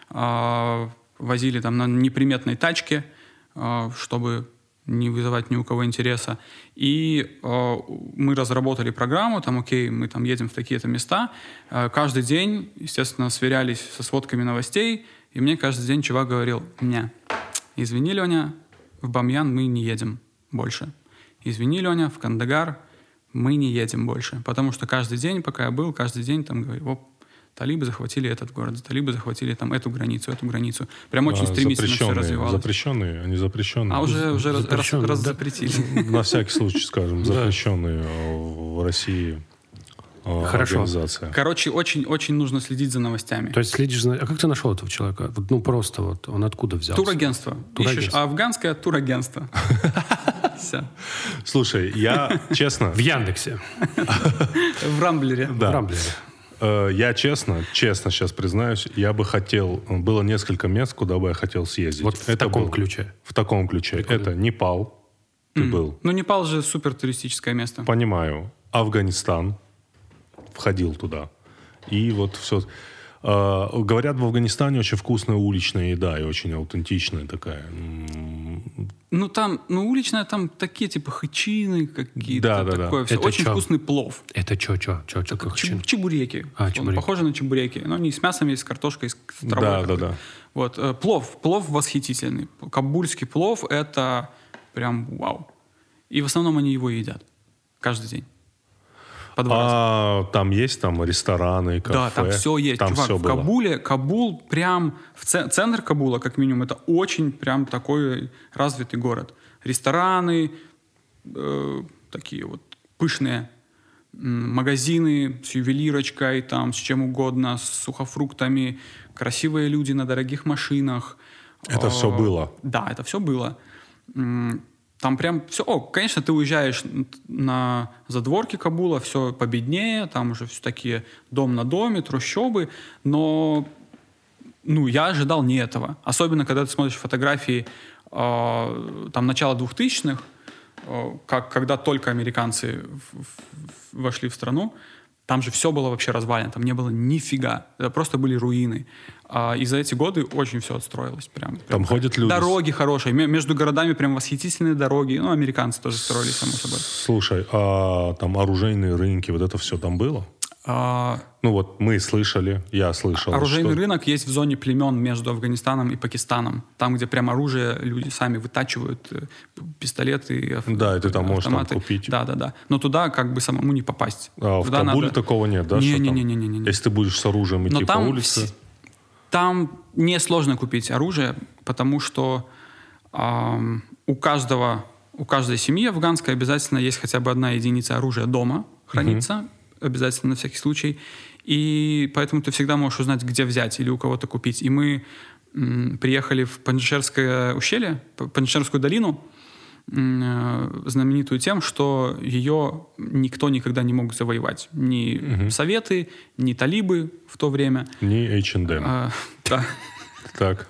Возили там на неприметной тачке, чтобы не вызывать ни у кого интереса. И мы разработали программу, там, окей, мы там едем в такие-то места. Каждый день, естественно, сверялись со сводками новостей, и мне каждый день чувак говорил: «Не, извини, Леня, в Бамьян мы не едем больше. Извини, Леня, в Кандагар мы не едем больше». Потому что каждый день, пока я был, каждый день там говорил: «Оп, талибы захватили этот город, талибы захватили там эту границу. Прям очень стремительно все развивалось. Запрещенные, они запрещенные. А уже запретили. На всякий случай скажем, запрещенные в России организация. Короче, очень нужно следить за новостями. То есть следишь за... А как ты нашел этого человека? Вот, ну, просто вот он откуда взялся? Турагентство. Ищешь афганское турагентство. Все. Слушай, я честно... В Яндексе. В Рамблере. В Рамблере. Я честно сейчас признаюсь, я бы хотел... Было несколько мест, куда бы я хотел съездить. Вот в таком ключе. В таком ключе. Прикольно. Это Непал. Ты был. Ну, Непал же супер туристическое место. Понимаю. Афганистан. Входил туда. И вот все... Говорят, в Афганистане очень вкусная уличная еда и очень аутентичная такая. Ну, там, уличная, там такие, типа, хычины какие-то. Да. Такое все. Это Очень чё? вкусный плов. Это что? Чебуреки. Чебуреки. Похоже на чебуреки. Но не с мясом, есть с картошкой, с травой. Да. Вот. Плов восхитительный. Кабульский плов — это прям вау. И в основном они его едят. Каждый день. По 2 раза. Там есть там рестораны, кафе? Да, там все есть. Там Чувак, все в Кабул прям... Центр Кабула, как минимум, это очень прям такой развитый город. Рестораны, такие вот пышные магазины с ювелирочкой, там, с чем угодно, с сухофруктами, красивые люди на дорогих машинах. Это все было? Да, это все было. Там прям все... конечно, ты уезжаешь на задворки Кабула, все победнее, там уже все такие дом на доме, трущобы, но я ожидал не этого. Особенно, когда ты смотришь фотографии там начала 2000-х, когда только американцы вошли в страну, там же все было вообще развалено, там не было нифига. Это просто были руины. И за эти годы очень все отстроилось. Прям там ходят люди. Дороги хорошие. Между городами прям восхитительные дороги. Ну, американцы тоже строили, само собой. Слушай, а там оружейные рынки, вот это все там было? Ну вот мы слышали, я слышал. Оружейный рынок есть в зоне племен между Афганистаном и Пакистаном. Там, где прям оружие люди сами вытачивают, пистолеты, да, и ты там автоматы. можешь там купить. Да. Но туда как бы самому не попасть. А в Кабуле такого нет, да? Не. Если ты будешь с оружием идти по улице... Там несложно купить оружие, потому что у каждой семьи афганской обязательно есть хотя бы одна единица оружия дома, хранится, обязательно на всякий случай. И поэтому ты всегда можешь узнать, где взять или у кого-то купить. И мы приехали в Панджшерское ущелье, Панджшерскую долину, знаменитую тем, что ее никто никогда не мог завоевать. Ни Советы, ни талибы в то время. Ни H&M. Да. Так.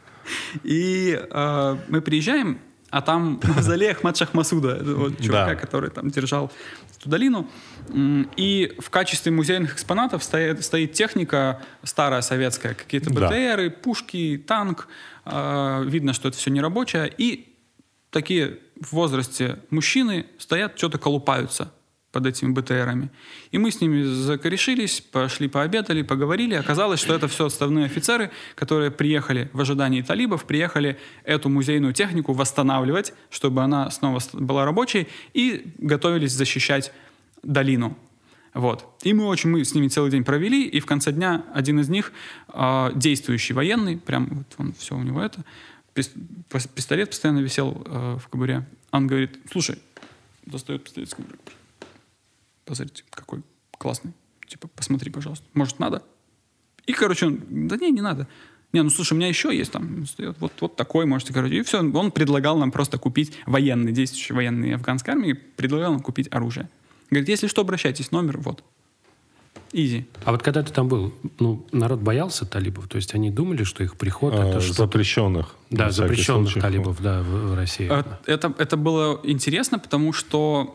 И мы приезжаем, а там мавзолей Ахмад Шах Масуда, вот чувака, который там держал эту долину. И в качестве музейных экспонатов стоит техника старая советская, какие-то БТРы, пушки, танк. Видно, что это все не рабочее. И такие в возрасте мужчины стоят, что-то колупаются под этими БТРами. И мы с ними закорешились, пошли пообедали, поговорили. Оказалось, что это все отставные офицеры, которые приехали в ожидании талибов, приехали эту музейную технику восстанавливать, чтобы она снова была рабочей, и готовились защищать долину. Вот. И мы с ними целый день провели, и в конце дня один из них, действующий военный, прям вот он, все у него это, пистолет постоянно висел в кобуре. Он говорит: слушай, достает пистолет с кобуры. Посмотрите, какой классный. Типа, посмотри, пожалуйста. Может, надо? И, короче, он: да не надо. Не, ну слушай, у меня еще есть там, вот такой, можете, короче. И все, он предлагал нам просто купить действующий военный афганской армии, предлагал нам купить оружие. Говорит: если что, обращайтесь, номер, вот. Изи. А вот когда ты там был, народ боялся талибов? То есть они думали, что их приход это что-то... Запрещенных. Да, запрещенных талибов, да, в России. Это было интересно, потому что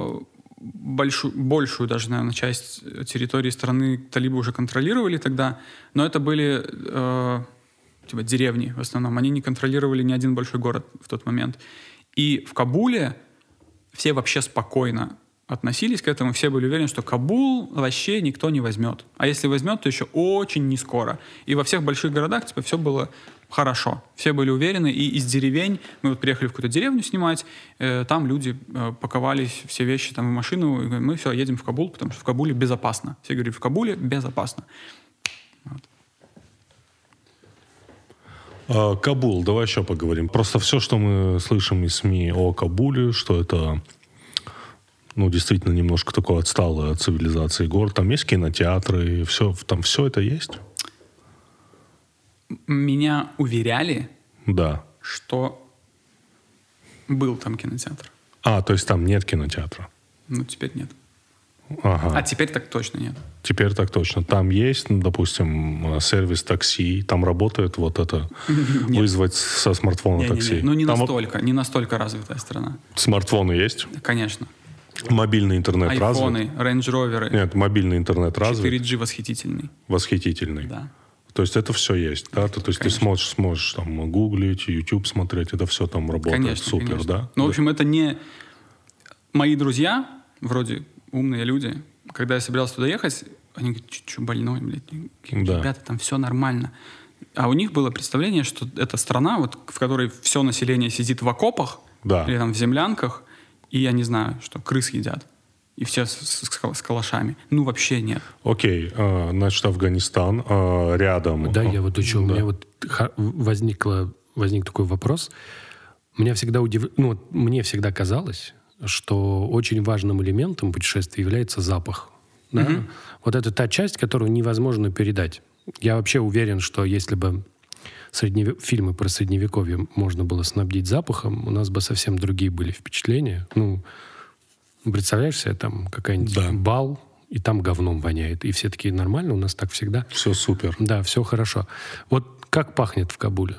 большую даже, наверное, часть территории страны талибы уже контролировали тогда, но это были деревни в основном. Они не контролировали ни один большой город в тот момент. И в Кабуле все вообще спокойно относились к этому, все были уверены, что Кабул вообще никто не возьмет. А если возьмет, то еще очень не скоро. И во всех больших городах все было хорошо. Все были уверены. И из деревень, мы вот приехали в какую-то деревню снимать, там люди паковались все вещи там в машину, и говорят: мы все, едем в Кабул, потому что в Кабуле безопасно. Все говорили: в Кабуле безопасно. Вот. Кабул, давай еще поговорим. Просто все, что мы слышим из СМИ о Кабуле, что это действительно немножко такой отсталый от цивилизации город. Там есть кинотеатры, там все это есть? Меня уверяли, да, что был там кинотеатр. То есть там нет кинотеатра? Теперь нет. Ага. А теперь так точно нет. Теперь так точно. Там есть, допустим, сервис такси, там работает вот это, вызвать со смартфона такси. Не настолько развитая страна. Смартфоны есть? Конечно. Мобильный интернет развит? Айфоны, рейндж-роверы. Нет, мобильный интернет развит? 4G восхитительный. Восхитительный? Да. То есть это все есть, да? То есть конечно. Ты сможешь там гуглить, YouTube смотреть, это все там работает. Конечно, супер, конечно. Да? В общем, это не... Мои друзья, вроде умные люди, когда я собирался туда ехать, они говорят: что больной, блядь? Ребята, там все нормально. А у них было представление, что это страна, в которой все население сидит в окопах, или там в землянках, и я не знаю, что крыс едят. И все с калашами. Вообще нет. Окей, значит, Афганистан рядом. Да, я вот еще, у меня вот возник такой вопрос. Меня всегда мне всегда казалось, что очень важным элементом путешествия является запах. Да? Mm-hmm. Вот это та часть, которую невозможно передать. Я вообще уверен, что если бы фильмы про Средневековье можно было снабдить запахом, у нас бы совсем другие были впечатления. Представляешь себе, там какая-нибудь бал, и там говном воняет. И все такие: нормально, у нас так всегда. Все супер. Да, все хорошо. Вот как пахнет в Кабуле?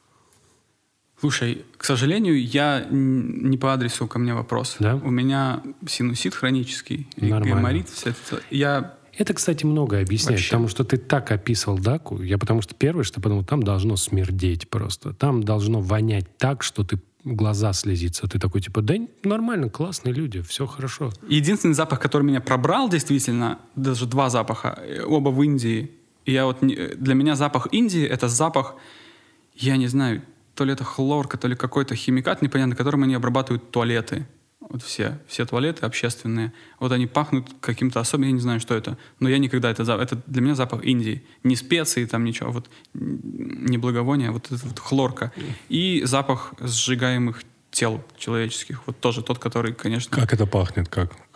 Слушай, к сожалению, я не по адресу ко мне вопрос. Да? У меня синусит хронический, гайморит, все это. Это, кстати, многое объясняет, потому что ты так описывал Даку. Потому что первое, что подумал, там должно смердеть просто. Там должно вонять так, что ты глаза слезятся. Ты такой, да нормально, классные люди, все хорошо. Единственный запах, который меня пробрал, действительно, даже два запаха, оба в Индии. И для меня запах Индии — это запах, я не знаю, то ли это хлорка, то ли какой-то химикат непонятный, которым они обрабатывают туалеты. Вот все туалеты общественные. Вот они пахнут каким-то особенным, я не знаю, что это. Но я никогда это для меня запах Индии. Не специи там ничего, не благовония, это хлорка. И запах сжигаемых тел человеческих. Вот тоже тот, который, конечно... Как это пахнет?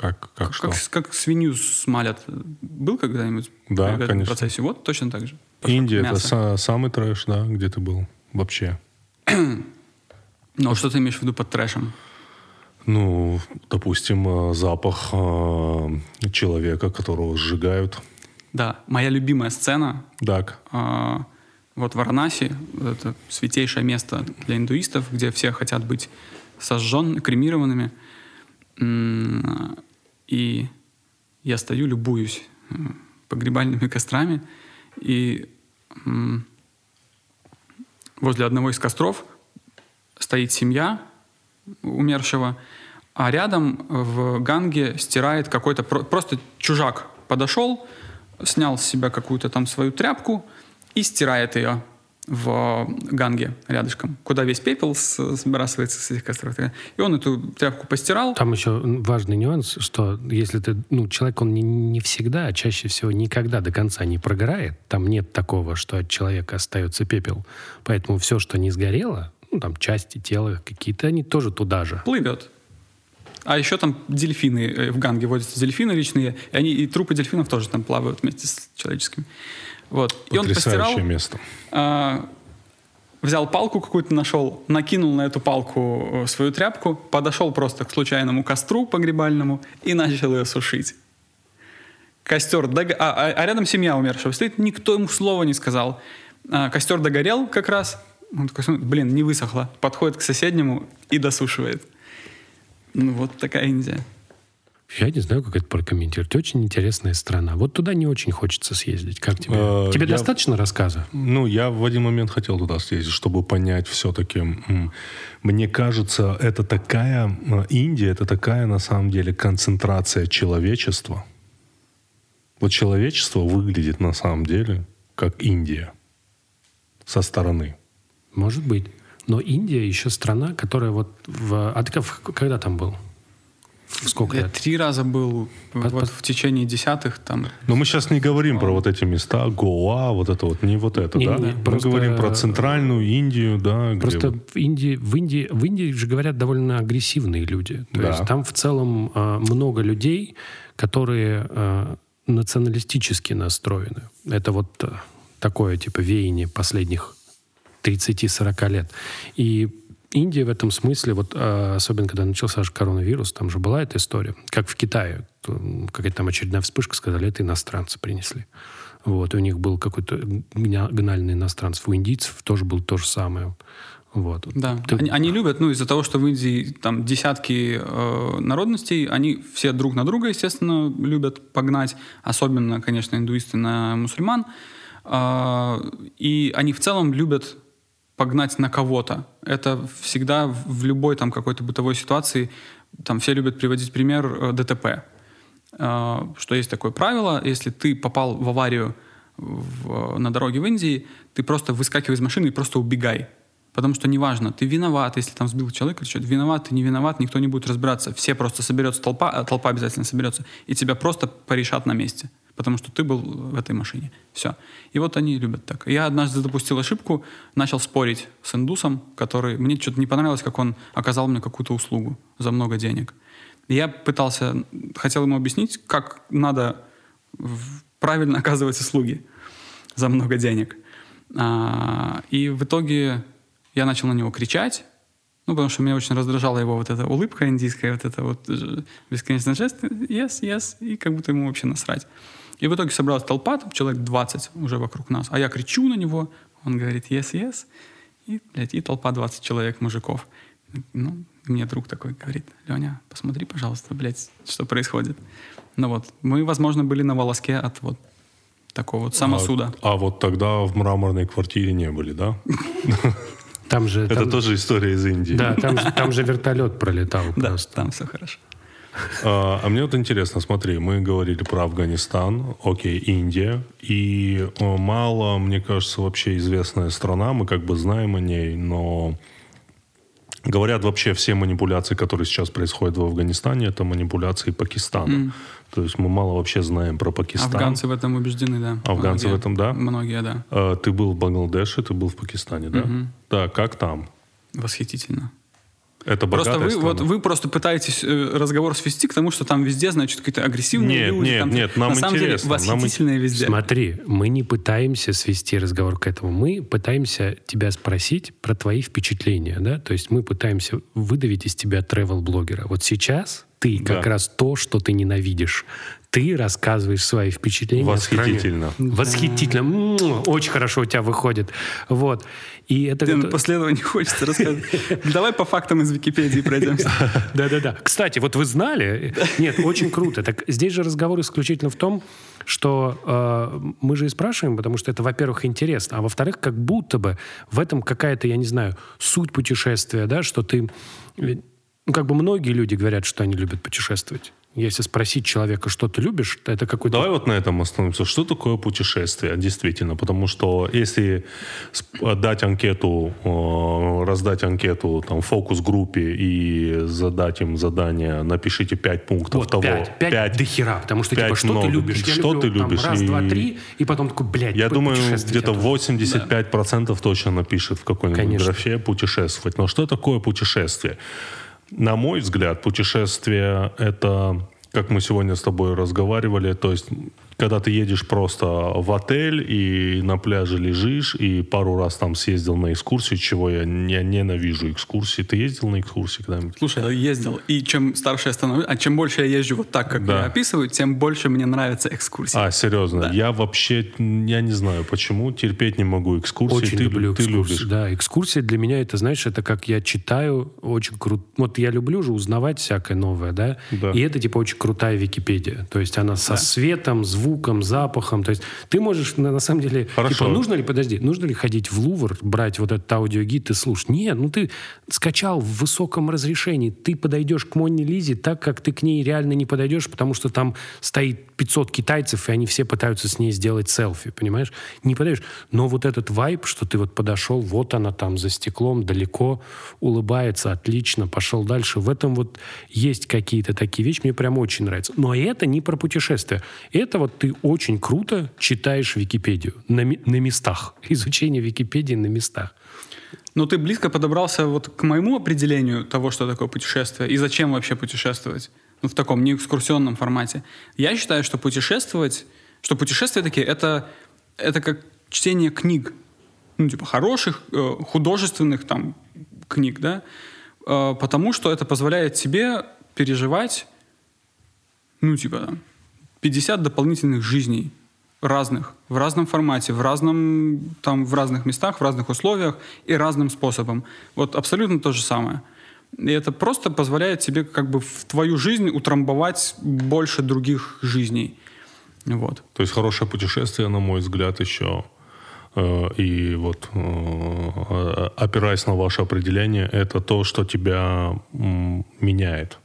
Как свинью смалят. Был когда-нибудь в этом процессе? Вот точно так же. Индия — это самый трэш, да, где ты был вообще? Ну, что ты имеешь в виду под трэшем? Ну, допустим, запах человека, которого сжигают. Да, моя любимая сцена. Так. Вот Варанаси, это святейшее место для индуистов, где все хотят быть сожженными, кремированными. И я стою, любуюсь погребальными кострами, и возле одного из костров стоит семья умершего, а рядом в Ганге стирает какой-то просто чужак. Подошел, снял с себя какую-то там свою тряпку и стирает ее в Ганге рядышком, куда весь пепел сбрасывается с этих костров. И он эту тряпку постирал. Там еще важный нюанс, что если ты, человек, он не всегда, а чаще всего никогда до конца не прогорает. Там нет такого, что от человека остается пепел. Поэтому все, что не сгорело, там части тела какие-то, они тоже туда же. Плывет. А еще там дельфины, в Ганге водятся дельфины речные, и трупы дельфинов тоже там плавают вместе с человеческими. Вот. И он постирал, место. Взял палку какую-то, нашел, накинул на эту палку свою тряпку, подошел просто к случайному костру погребальному и начал ее сушить. Костер а рядом семья умершего стоит, никто ему слова не сказал. Костер догорел как раз, он такой, не высохло, подходит к соседнему и досушивает. Вот такая Индия. Я не знаю, как это прокомментировать. Очень интересная страна. Вот туда не очень хочется съездить. Как тебе? Тебе достаточно рассказа? Я в один момент хотел туда съездить, чтобы понять все-таки. Мне кажется, это такая... Индия — это такая, на самом деле, концентрация человечества. Вот человечество выглядит, на самом деле, как Индия. Со стороны. Может быть. Но Индия еще страна, которая вот... А ты когда там был? Сколько я лет? 3 раза был в течение десятых там. Но мы сейчас не говорим про вот эти места, Гоа, вот это вот, не вот это, да? Мы говорим про центральную Индию, да. Просто в Индии же говорят довольно агрессивные люди. То есть там в целом много людей, которые националистически настроены. Это вот такое типа веяние последних 30-40 лет. И Индия в этом смысле, вот особенно когда начался же коронавирус, там же была эта история, как в Китае, какая-то там очередная вспышка, сказали, это иностранцы принесли. Вот, и у них был какой-то гнальный иностранцев. У индийцев тоже было то же самое. Вот. Да, они любят, из-за того, что в Индии там десятки народностей, они все друг на друга, естественно, любят погнать, особенно, конечно, индуисты на мусульман, и они в целом любят погнать на кого-то. Это всегда в любой там какой-то бытовой ситуации, там все любят приводить пример ДТП. Что есть такое правило, если ты попал в аварию на дороге в Индии, ты просто выскакивай из машины и просто убегай. Потому что неважно, ты виноват, если там сбил человека, или что-то, виноват, ты не виноват, никто не будет разбираться. Все просто соберется толпа обязательно соберется, и тебя просто порешат на месте. Потому что ты был в этой машине. Все. И вот они любят так. Я однажды допустил ошибку, начал спорить с индусом, который... Мне что-то не понравилось, как он оказал мне какую-то услугу за много денег. И я хотел ему объяснить, как надо правильно оказывать услуги за много денег. И в итоге я начал на него кричать, потому что меня очень раздражала его вот эта улыбка индийская, вот это вот бесконечный жест, yes, yes, и как будто ему вообще насрать. И в итоге собралась толпа, там человек 20 уже вокруг нас, а я кричу на него, он говорит yes, yes, и толпа 20 человек, мужиков. Мне друг такой говорит, Леня, посмотри, пожалуйста, что происходит. Мы, возможно, были на волоске от вот такого вот самосуда. А вот тогда в мраморной квартире не были, да? Это тоже история из Индии. Да, там же вертолет пролетал просто. Да, там все хорошо. А мне вот интересно, смотри, мы говорили про Афганистан, окей, Индия, и мало, мне кажется, вообще известная страна, мы как бы знаем о ней, но говорят вообще все манипуляции, которые сейчас происходят в Афганистане, это манипуляции Пакистана. То есть мы мало вообще знаем про Пакистан. Афганцы в этом убеждены, да. Афганцы в этом, да? Многие, да. Ты был в Бангладеше, ты был в Пакистане, да? Да, как там? Восхитительно. Это Просто богатая страна. вы просто пытаетесь разговор свести к тому, что там везде, значит, какие-то агрессивные люди. Нет, нам на самом деле интересно. восхитительные везде. Смотри, мы не пытаемся свести разговор к этому. Мы пытаемся тебя спросить про твои впечатления, да? То есть мы пытаемся выдавить из тебя travel-блогера. Вот сейчас ты как раз то, что ты ненавидишь. Ты рассказываешь свои впечатления. Восхитительно. Восхитительно. Очень хорошо у тебя выходит. Вот. И это... Последовательно не хочется рассказывать. Давай по фактам из Википедии пройдемся. Да-да-да. Кстати, вот вы знали? Нет, очень круто. Так здесь же разговор исключительно в том, что мы же и спрашиваем, потому что это, во-первых, интересно, а во-вторых, как будто бы в этом какая-то, я не знаю, суть путешествия, да, что ты... Ну, как бы многие люди говорят, что они любят путешествовать. Если спросить человека, что ты любишь, это какой-то... Давай вот на этом остановимся. Что такое путешествие, действительно? Потому что если раздать анкету там, фокус-группе и задать им задание, напишите 5 пунктов вот, того. 5 до хера, потому что, типа, что много. ты любишь? Я что люблю, ты любишь? Там, раз, два, три, и потом такой, блядь, я думаю, путешествовать. где-то 85% точно напишет в какой-нибудь графе путешествовать. Но что такое путешествие? На мой взгляд, путешествие — это, как мы сегодня с тобой разговаривали, то есть когда ты едешь просто в отель и на пляже лежишь, и пару раз там съездил на экскурсию, чего я ненавижу экскурсии. Ты ездил на экскурсии когда-нибудь? Слушай, я ездил. И чем старше я становлюсь, а чем больше я езжу вот так, как я описываю, тем больше мне нравятся экскурсии. А, серьезно? Да. Я вообще, я не знаю почему, терпеть не могу экскурсии. Очень люблю экскурсии. Любишь. Да, экскурсия для меня, это, знаешь, это как я читаю, очень круто. Вот я люблю же узнавать всякое новое, да? И это, типа, очень крутая Википедия. То есть она со светом, звуком, запахом. То есть ты можешь, на самом деле... Хорошо. Типа, нужно ли ходить в Лувр, брать вот этот аудиогид и слушать? Нет, ну ты скачал в высоком разрешении. Ты подойдешь к Моне Лизе так, как ты к ней реально не подойдешь, потому что там стоит 500 китайцев, и они все пытаются с ней сделать селфи, понимаешь? Не подойдешь. Но вот этот вайб, что ты вот подошел, вот она там за стеклом, далеко, улыбается, отлично, пошел дальше. В этом вот есть какие-то такие вещи, мне прям очень нравится. Но это не про путешествие. Это вот ты очень круто читаешь Википедию на местах. Изучение Википедии на местах. Но ты близко подобрался вот к моему определению того, что такое путешествие и зачем вообще путешествовать. Ну, в таком не экскурсионном формате. Я считаю, что путешествия такие, это как чтение книг. Ну, типа хороших, художественных там книг, да? Потому что это позволяет тебе переживать, ну, типа, там, 50 дополнительных жизней разных, в разном формате, в разных местах, в разных условиях и разным способом. Вот абсолютно то же самое. И это просто позволяет тебе как бы в твою жизнь утрамбовать больше других жизней. Вот. То есть хорошее путешествие, на мой взгляд, еще, и вот опираясь на ваше определение, это то, что тебя меняет.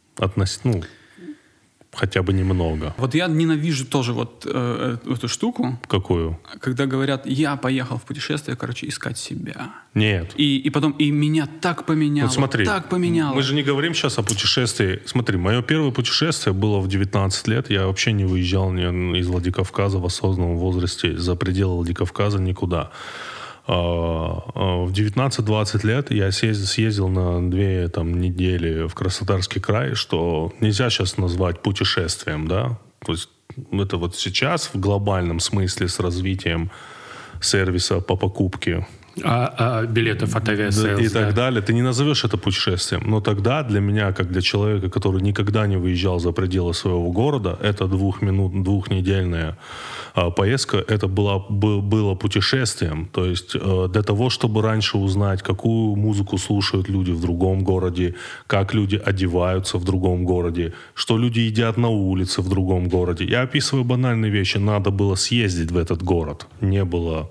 Хотя бы немного. Вот я ненавижу тоже вот эту штуку. Какую? Когда говорят, я поехал в путешествие, искать себя. Нет. И потом, и меня так поменяло, вот смотри, так поменяло. Мы же не говорим сейчас о путешествии. Смотри, мое первое путешествие было в 19 лет. Я вообще не выезжал из Владикавказа в осознанном возрасте за пределы Владикавказа никуда. В 19-20 лет я съездил на 2 недели в Краснодарский край, что нельзя сейчас назвать путешествием, да? То есть это вот сейчас в глобальном смысле с развитием сервиса по покупке билетов от авиасейлс, и так далее, ты не назовешь это путешествием. Но тогда для меня, как для человека, который никогда не выезжал за пределы своего города, это 2-недельная поездка, это было путешествием. То есть для того, чтобы раньше узнать, какую музыку слушают люди в другом городе, как люди одеваются в другом городе, что люди едят на улице в другом городе. Я описываю банальные вещи. Надо было съездить в этот город. Не было...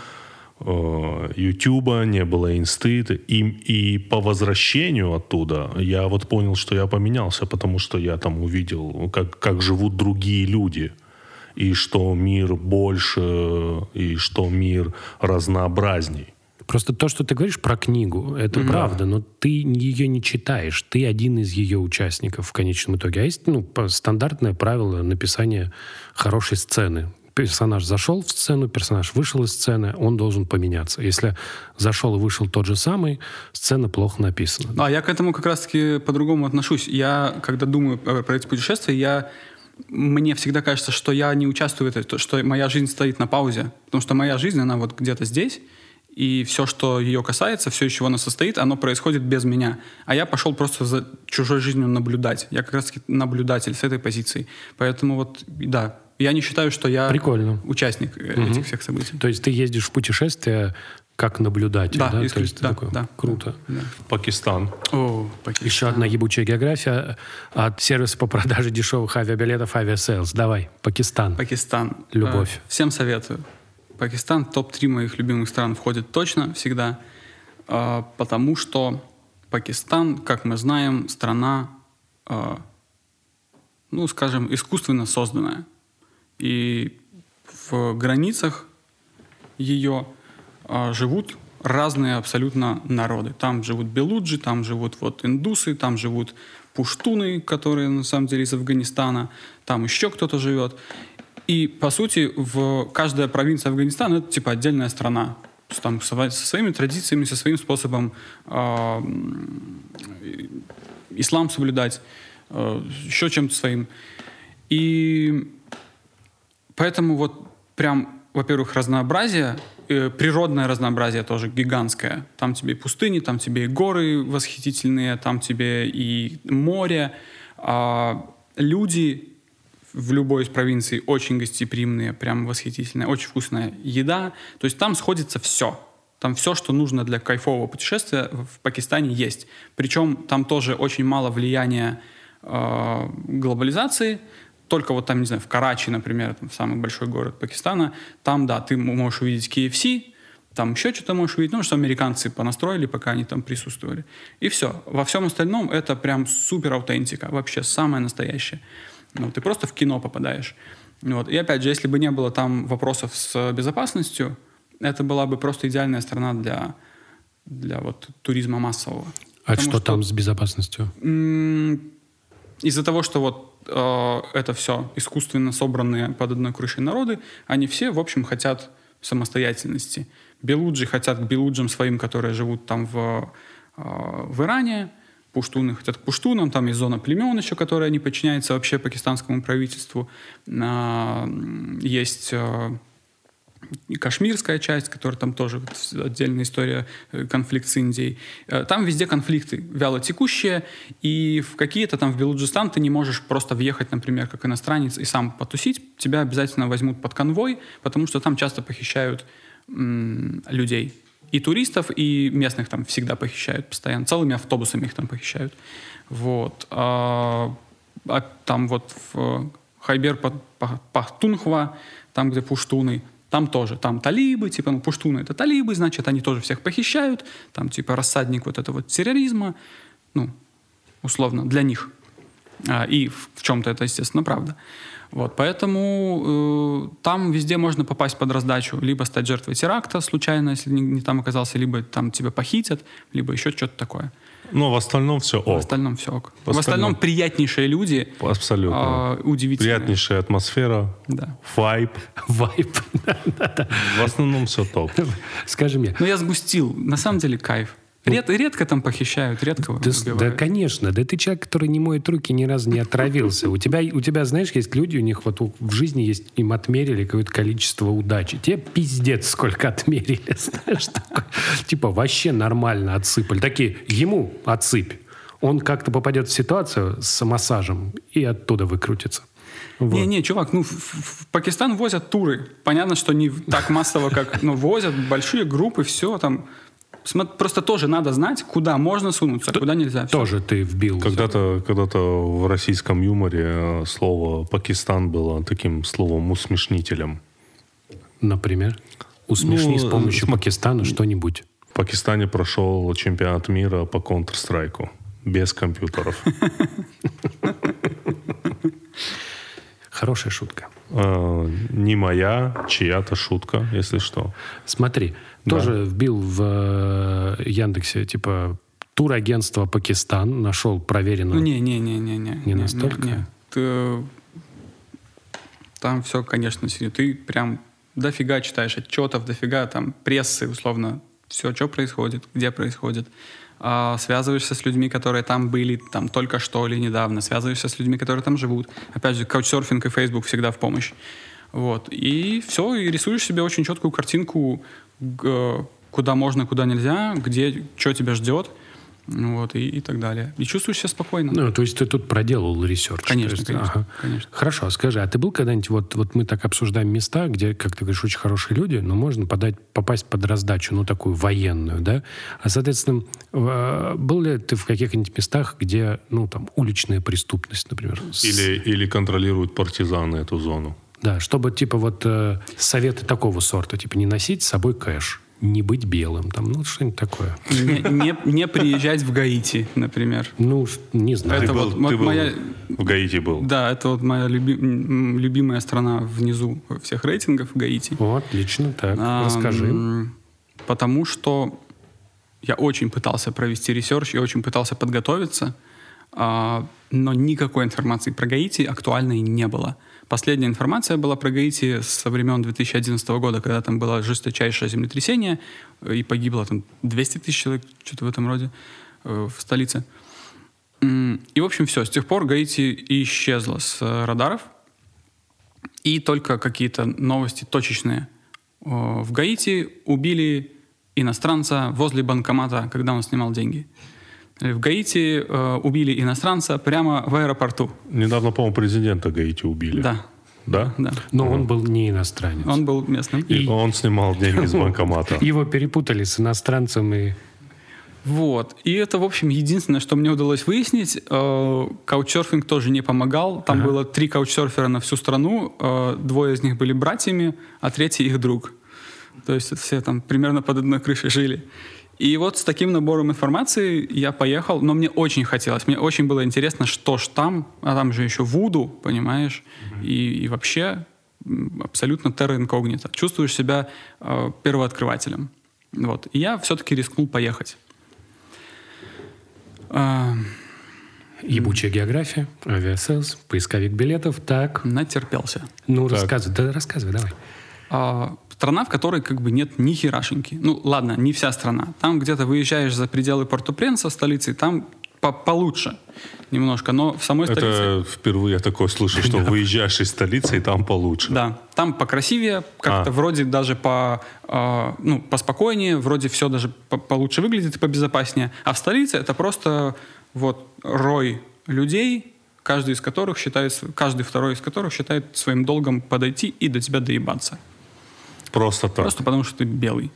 Ютуба, не было инсты. И по возвращению оттуда я вот понял, что я поменялся, потому что я там увидел, как живут другие люди. И что мир больше, и что мир разнообразней. Просто то, что ты говоришь про книгу, это правда, но ты ее не читаешь. Ты один из ее участников в конечном итоге. А есть стандартное правило написания хорошей сцены. персонаж зашел в сцену, персонаж вышел из сцены, он должен поменяться. Если зашел и вышел тот же самый, сцена плохо написана. Я к этому как раз-таки по-другому отношусь. Я, когда думаю про эти путешествия, мне всегда кажется, что я не участвую в этом, что моя жизнь стоит на паузе. Потому что моя жизнь, она вот где-то здесь, и все, что ее касается, все, из чего она состоит, оно происходит без меня. А я пошел просто за чужой жизнью наблюдать. Я как раз-таки наблюдатель с этой позиции. Поэтому вот, да, я не считаю, что я участник этих всех событий. То есть ты ездишь в путешествие как наблюдатель, да? То есть такой, круто. Да. Пакистан. Пакистан. Еще одна ебучая география от сервиса по продаже дешевых авиабилетов Aviasales. Давай, Пакистан. Любовь. Всем советую. Пакистан в топ-3 моих любимых стран входит точно, всегда. Потому что Пакистан, как мы знаем, страна, скажем, искусственно созданная. И в границах ее живут разные абсолютно народы. Там живут белуджи, там живут индусы, там живут пуштуны, которые на самом деле из Афганистана, там еще кто-то живет. И, по сути, каждая провинция Афганистана — это типа отдельная страна. Там со своими традициями, со своим способом ислам соблюдать, еще чем-то своим. И поэтому вот прям, во-первых, разнообразие, природное разнообразие тоже гигантское. Там тебе и пустыни, там тебе и горы восхитительные, там тебе и море. Люди в любой из провинций очень гостеприимные, прям восхитительная, очень вкусная еда. То есть там сходится все. Там все, что нужно для кайфового путешествия, в Пакистане есть. Причем там тоже очень мало влияния глобализации. Только вот там, не знаю, в Карачи, например, там самый большой город Пакистана, там, да, ты можешь увидеть KFC, там еще что-то можешь увидеть, что американцы понастроили, пока они там присутствовали. И все. Во всем остальном это прям супер аутентика, вообще самое настоящее. Ты просто в кино попадаешь. И опять же, если бы не было там вопросов с безопасностью, это была бы просто идеальная страна для туризма массового. Что там с безопасностью? Из-за того, что это все искусственно собранные под одной крышей народы, они все, в общем, хотят самостоятельности. Белуджи хотят к белуджам своим, которые живут там в Иране, пуштуны хотят к пуштунам, там есть зона племен еще, которая не подчиняется вообще пакистанскому правительству. Есть кашмирская часть, которая там тоже отдельная история, конфликт с Индией. Там везде конфликты вялотекущие, и в какие-то там в Белуджистан ты не можешь просто въехать, например, как иностранец и сам потусить. Тебя обязательно возьмут под конвой, потому что там часто похищают людей. И туристов, и местных там всегда похищают постоянно. Целыми автобусами их там похищают. Там в Хайбер-Пахтунхва, там, где пуштуны, там тоже. Там талибы, пуштуны — это талибы, значит, они тоже всех похищают. Там рассадник терроризма, условно, для них. И в чем-то это, естественно, правда. Поэтому там везде можно попасть под раздачу, либо стать жертвой теракта случайно, если не там оказался, либо там тебя похитят, либо еще что-то такое. Но в остальном все ок. В остальном все ок. В остальном приятнейшие люди. Абсолютно. Удивительные. Приятнейшая атмосфера. Да. Вайб. Да. В основном все топ. Скажи мне. Я сгустил. На самом деле кайф. Редко там похищают, редко убивают. Да, конечно. Да ты человек, который не моет руки, ни разу не отравился. У тебя, знаешь, есть люди, у них в жизни есть, им отмерили какое-то количество удачи. Тебе пиздец сколько отмерили, знаешь. Типа вообще нормально отсыпали. Такие, ему отсыпь. Он как-то попадет в ситуацию с массажем и оттуда выкрутится. Не, чувак, в Пакистан возят туры. Понятно, что не так массово, как... возят большие группы, все там... Просто тоже надо знать, куда можно сунуться, куда нельзя. Тоже ты вбил. Когда-то в российском юморе слово «Пакистан» было таким словом усмешнителем. Например? Усмешни с помощью Пакистана что-нибудь. В Пакистане прошел чемпионат мира по Counter-Strike. Без компьютеров. Хорошая шутка. Не моя, чья-то шутка, если что. Смотри, тоже вбил в Яндексе, турагентство Пакистан, нашел проверенно. Не Не настолько? Нет. там все, конечно, серьезно. Ты прям дофига читаешь отчетов, дофига там прессы, условно, все, что происходит, где происходит. Связываешься с людьми, которые там были там только что или недавно, связываешься с людьми, которые там живут. Опять же, каучсерфинг и Facebook всегда в помощь. Вот. И все, и рисуешь себе очень четкую картинку, куда можно, куда нельзя, где, что тебя ждет, вот, и так далее. И чувствуешь себя спокойно. Ну, то есть ты тут проделал ресерч? Конечно, есть, конечно, конечно. Хорошо, скажи, а ты был когда-нибудь, вот мы так обсуждаем места, где, как ты говоришь, очень хорошие люди, но можно попасть под раздачу, ну, такую военную, да? А, соответственно, был ли ты в каких-нибудь местах, где, ну, там, уличная преступность, например? Или контролируют партизаны эту зону? Да, чтобы, типа, вот советы такого сорта, типа, не носить с собой кэш, не быть белым, там, ну, что-нибудь такое. Не приезжать в Гаити, например. Ну, не знаю. Ты был в Гаити был? Да, это вот моя любимая страна внизу всех рейтингов, Гаити. О, отлично, так, расскажи. Потому что я очень пытался провести ресерч, я очень пытался подготовиться, но никакой информации про Гаити актуальной не было. Последняя информация была про Гаити со времен 2011 года, когда там было жесточайшее землетрясение, и погибло там 200 тысяч человек, что-то в этом роде, в столице. И, в общем, все. С тех пор Гаити исчезла с радаров, и только какие-то новости точечные. В Гаити убили иностранца возле банкомата, когда он снимал деньги. В Гаити убили иностранца прямо в аэропорту. Недавно, по-моему, президента Гаити убили. Да. Да? Да. Но он был не иностранец. Он был местным. И он снимал деньги с банкомата. Его перепутали с иностранцем и... Вот. И это, в общем, единственное, что мне удалось выяснить. Каучсерфинг тоже не помогал. Там было 3 каучсерфера на всю страну. 2 из них были братьями, а 3 их друг. То есть все там примерно под одной крышей жили. И вот с таким набором информации я поехал, но мне очень хотелось, мне очень было интересно, что ж там, а там же еще вуду, понимаешь, и вообще абсолютно терра инкогнито. Чувствуешь себя первооткрывателем. Вот. И я все-таки рискнул поехать. Ебучая география, авиасейлс, поисковик билетов, так. Натерпелся. Ну, рассказывай, давай. Страна, в которой как бы нет ни херашеньки. Ну, ладно, не вся страна. Там где-то выезжаешь за пределы Порто-Пренса, столицы, там получше немножко, но в самой столице... Это впервые я такое слышу, что выезжаешь из столицы, и там получше. Да, там покрасивее, как-то вроде даже поспокойнее, вроде все даже получше выглядит и побезопаснее. А в столице это просто вот рой людей, каждый второй из которых считает своим долгом подойти и до тебя доебаться. Просто так. Просто потому, что ты белый.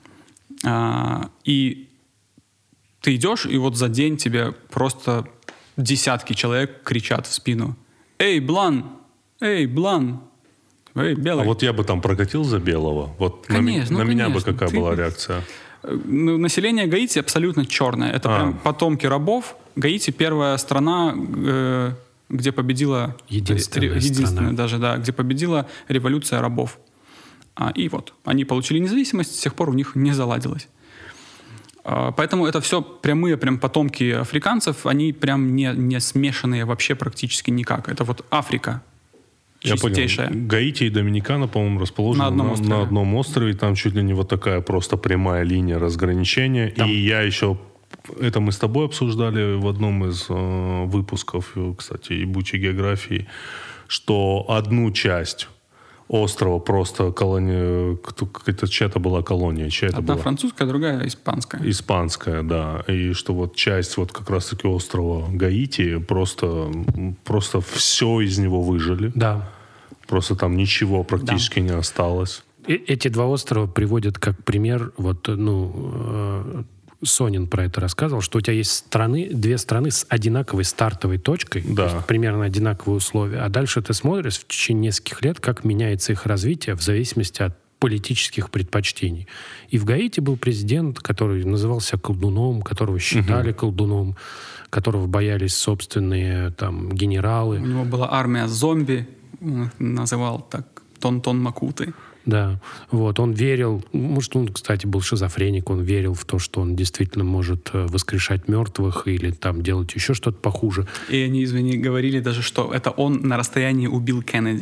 И ты идешь, и вот за день тебе просто десятки человек кричат в спину: «Эй, Блан! Эй, Блан! Эй, белый!» А вот я бы там прокатил за белого. Вот конечно, на меня бы какая была реакция? Население Гаити абсолютно черное. Это прям потомки рабов. Гаити — первая страна, где победила... Единственная даже, да, где победила революция рабов. И вот, они получили независимость, с тех пор у них не заладилось. Поэтому это все прямые прям потомки африканцев, они прям не смешанные вообще практически никак. Это вот Африка чистейшая. Я понял. Гаити и Доминикана, по-моему, расположены на одном острове. Там чуть ли не вот такая просто прямая линия разграничения. Там... И я еще... Это мы с тобой обсуждали в одном из выпусков, кстати, ебучей географии, что одну часть острова просто колония... Какая-то чья-то была колония. Одна французская, другая испанская. Испанская, да. И что вот часть вот как раз-таки острова Гаити просто все из него выжили. Да. Просто там ничего практически не осталось. Эти 2 острова приводят как пример, вот, Сонин про это рассказывал, что у тебя есть 2 страны с одинаковой стартовой точкой, да. То есть примерно одинаковые условия, а дальше ты смотришь в течение нескольких лет, как меняется их развитие в зависимости от политических предпочтений. И в Гаити был президент, который назывался колдуном, которого считали колдуном, которого боялись собственные там генералы. У него была армия зомби, он их называл так, Тонтон Макуты. Да, вот, он верил, может, он, кстати, был шизофреник, он верил в то, что он действительно может воскрешать мертвых или там делать еще что-то похуже. И они, извини, говорили даже, что это он на расстоянии убил Кеннеди.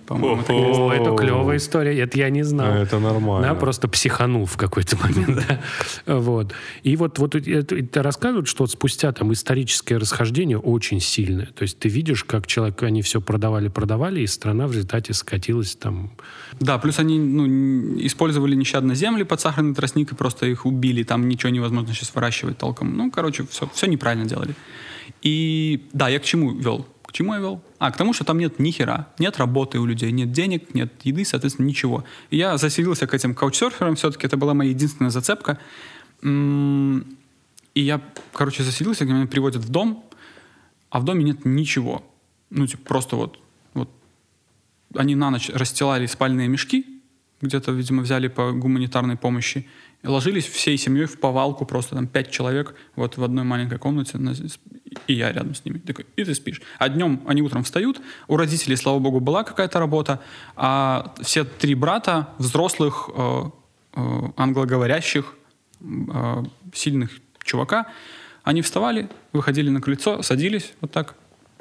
по-моему. О, это клевая история, это я не знал. Это нормально. Да, просто психанул в какой-то момент. Да. Вот. И вот это рассказывают, что спустя там историческое расхождение очень сильное. То есть ты видишь, как человек, они все продавали, и страна в результате скатилась там... Да, плюс они использовали нещадно земли под сахарный тростник и просто их убили. Там ничего невозможно сейчас выращивать толком. Ну, короче, все неправильно делали. И да, я к чему вел? К чему я вел? К тому, что там нет ни хера. Нет работы у людей, нет денег, нет еды, соответственно, ничего. И я заселился к этим каучсерферам, все-таки это была моя единственная зацепка. И я, короче, заселился, меня приводят в дом, а в доме нет ничего. Ну, типа, просто вот они на ночь расстилали спальные мешки, где-то, видимо, взяли по гуманитарной помощи, и ложились всей семьей в повалку, просто там 5 человек вот в одной маленькой комнате, и я рядом с ними. Такой, и ты спишь. А днем они утром встают, у родителей, слава богу, была какая-то работа, а все 3 брата, взрослых, англоговорящих, сильных чувака, они вставали, выходили на крыльцо, садились вот так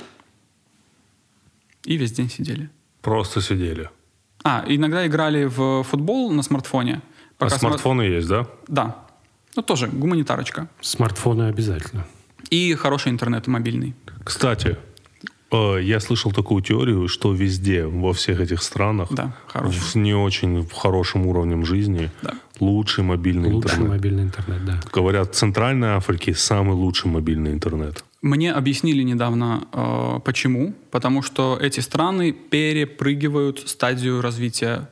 и весь день сидели. Просто сидели. Иногда играли в футбол на смартфоне. Пока смартфоны есть, да? Да. Ну, тоже гуманитарочка. Смартфоны обязательно. И хороший интернет мобильный. Кстати, я слышал такую теорию, что везде, во всех этих странах, с не очень хорошим уровнем жизни, лучший мобильный интернет. Лучший мобильный интернет, да. Говорят, в Центральной Африке самый лучший мобильный интернет. Мне объяснили недавно, почему. Потому что эти страны перепрыгивают стадию развития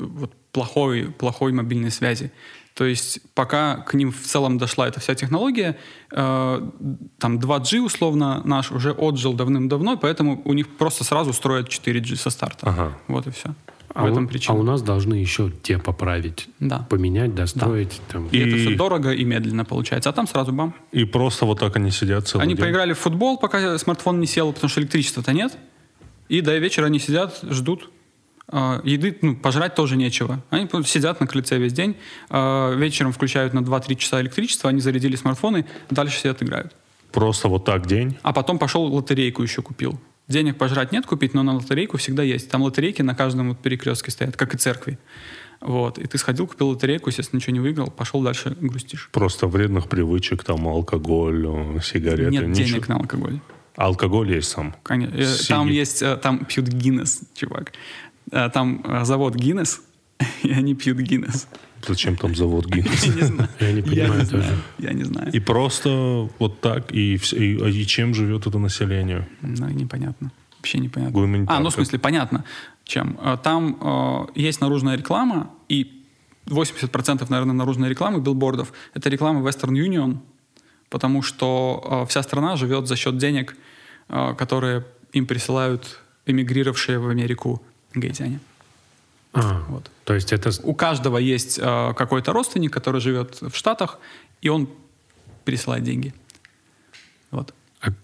плохой мобильной связи. То есть пока к ним в целом дошла эта вся технология, там 2G условно наш уже отжил давным-давно, поэтому у них просто сразу строят 4G со старта. Ага. Вот и все. А у нас должны еще те поправить, поменять, достроить. Да. И это все дорого и медленно получается. А там сразу бам. И просто вот так они сидят целый день. Они поиграли в футбол, пока смартфон не сел, потому что электричества-то нет. И до вечера они сидят, ждут. Еды, пожрать тоже нечего. Они сидят на крыльце весь день. Вечером включают на 2-3 часа электричество, они зарядили смартфоны, дальше сидят, играют. Просто вот так день? А потом пошел лотерейку еще купил. Денег пожрать нет купить, но на лотерейку всегда есть. Там лотерейки на каждом перекрестке стоят, как и церкви. Вот. И ты сходил, купил лотерейку, естественно, ничего не выиграл, пошел дальше грустишь. Просто вредных привычек, там алкоголь, сигареты. Нет денег на алкоголь. Алкоголь есть сам? Конечно. Там пьют Гиннес, чувак. Там завод Гиннес, и они пьют Гиннес. Зачем там завод Гиннес? Я не знаю. Я не понимаю тоже. Я не знаю. И просто вот так, и чем живет это население? Непонятно. Вообще непонятно. В смысле, понятно, чем. Там есть наружная реклама, и 80%, наверное, наружной рекламы, билбордов, это реклама Western Union, потому что вся страна живет за счет денег, которые им присылают эмигрировавшие в Америку гаитяне. Вот. То есть это... У каждого есть какой-то родственник, который живет в Штатах, и он пересылает деньги. Вот.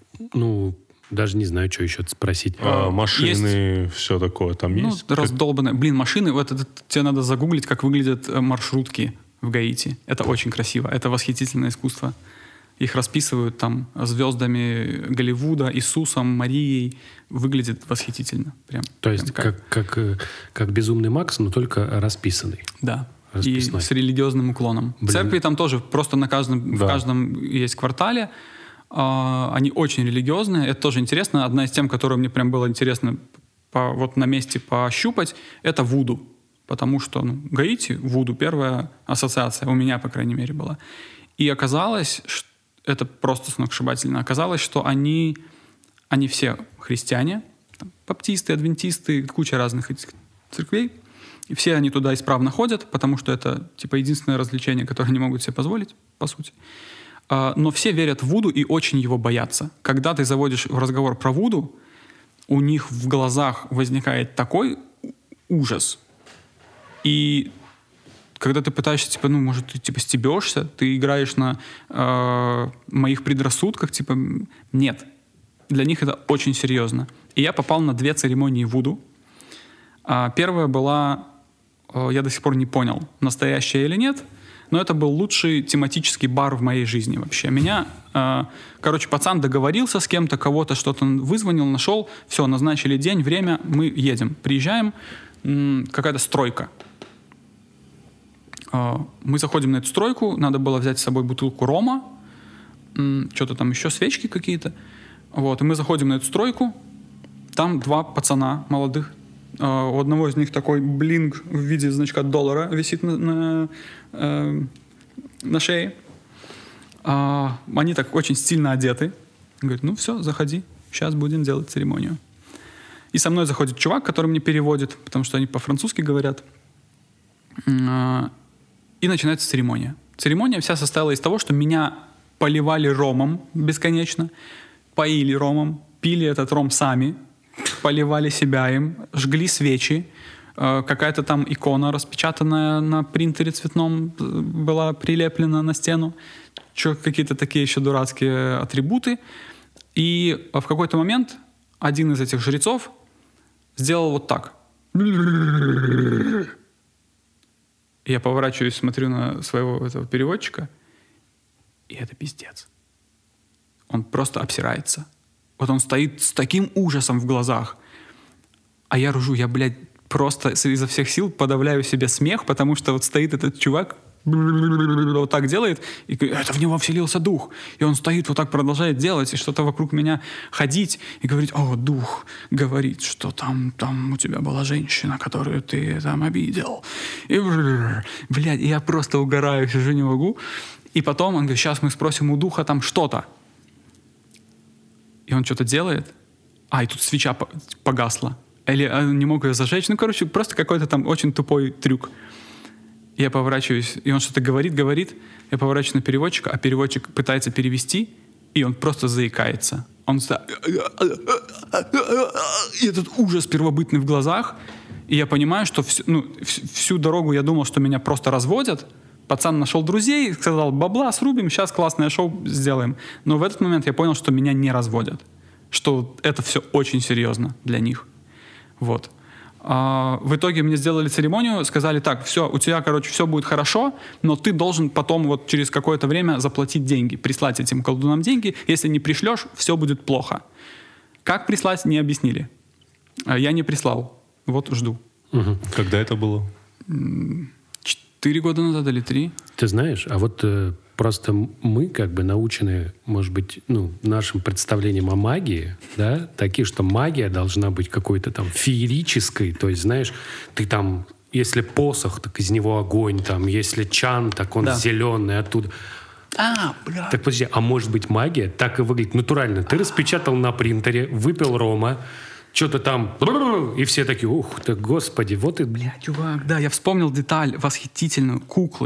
Даже не знаю, что еще спросить. Машины, все такое там есть? Раздолбанные. Машины, тебе надо загуглить, как выглядят маршрутки в Гаити. Это очень красиво. Это восхитительное искусство. Их расписывают там звездами Голливуда, Иисусом, Марией. Выглядит восхитительно. То есть как «Безумный Макс», но только расписанный. Да. Расписной. И с религиозным уклоном. Церкви там тоже просто в каждом есть квартале. Они очень религиозные. Это тоже интересно. Одна из тем, которую мне прям было интересно на месте пощупать, это вуду. Потому что Гаити, вуду, первая ассоциация у меня, по крайней мере, была. И оказалось, что это просто сногсшибательно. Оказалось, что они все христиане, баптисты, адвентисты, куча разных этих церквей. И все они туда исправно ходят, потому что это единственное развлечение, которое они могут себе позволить, по сути. Но все верят в вуду и очень его боятся. Когда ты заводишь в разговор про вуду, у них в глазах возникает такой ужас. И когда ты пытаешься, может, ты стебешься, ты играешь на моих предрассудках, нет. Для них это очень серьезно. И я попал на 2 церемонии вуду. Первая была, я до сих пор не понял, настоящая или нет, но это был лучший тематический бар в моей жизни вообще. Пацан договорился с кем-то, кого-то что-то вызвонил, нашел, все, назначили день, время, мы едем. Приезжаем, какая-то стройка. Мы заходим на эту стройку, надо было взять с собой бутылку рома, что-то там еще, свечки какие-то. Вот, и мы заходим на эту стройку, там 2 пацана молодых. У одного из них такой блинк в виде значка $1 висит на шее. Они так очень стильно одеты. Говорит, ну все, заходи, сейчас будем делать церемонию. И со мной заходит чувак, который мне переводит, потому что они по-французски говорят. И начинается церемония. Церемония вся состояла из того, что меня поливали ромом бесконечно, поили ромом, пили этот ром сами, поливали себя им, жгли свечи, какая-то там икона, распечатанная на принтере цветном, была прилеплена на стену, какие-то такие еще дурацкие атрибуты. И в какой-то момент один из этих жрецов сделал вот так. Я поворачиваюсь, смотрю на своего этого переводчика, и это пиздец. Он просто обсирается. Вот он стоит с таким ужасом в глазах. А я ржу, я, просто изо всех сил подавляю себе смех, потому что вот стоит этот чувак, вот так делает, и это в него вселился дух. И он стоит, вот так продолжает делать, и что-то вокруг меня ходить, и говорить, о, дух говорит, что там у тебя была женщина, которую ты там обидел. И, я просто угораю, сижу, не могу. И потом он говорит, сейчас мы спросим у духа там что-то. И он что-то делает, и тут свеча погасла. Или не мог ее зажечь. Просто какой-то там очень тупой трюк. Я поворачиваюсь, и он что-то говорит. Я поворачиваюсь на переводчика, а переводчик пытается перевести, и он просто заикается. И этот ужас первобытный в глазах. И я понимаю, что всю дорогу я думал, что меня просто разводят. Пацан нашел друзей, сказал, бабла срубим, сейчас классное шоу сделаем. Но в этот момент я понял, что меня не разводят. Что это все очень серьезно для них. Вот. В итоге мне сделали церемонию, сказали, так, все, у тебя, все будет хорошо, но ты должен потом вот через какое-то время заплатить деньги, прислать этим колдунам деньги. Если не пришлешь, все будет плохо. Как прислать, не объяснили. Я не прислал. Вот жду. Угу. Когда это было? 4 года назад или 3. Ты знаешь, а вот просто мы научены, может быть, нашим представлением о магии, да, такие, что магия должна быть какой-то там феерической, то есть, знаешь, ты там, если посох, так из него огонь, там, если чан, так он зеленый оттуда. Так подожди, а может быть магия так и выглядит натурально? Ты распечатал на принтере, выпил рома, что-то там, и все такие, ух ты, господи, вот и... Чувак, да, я вспомнил деталь восхитительную.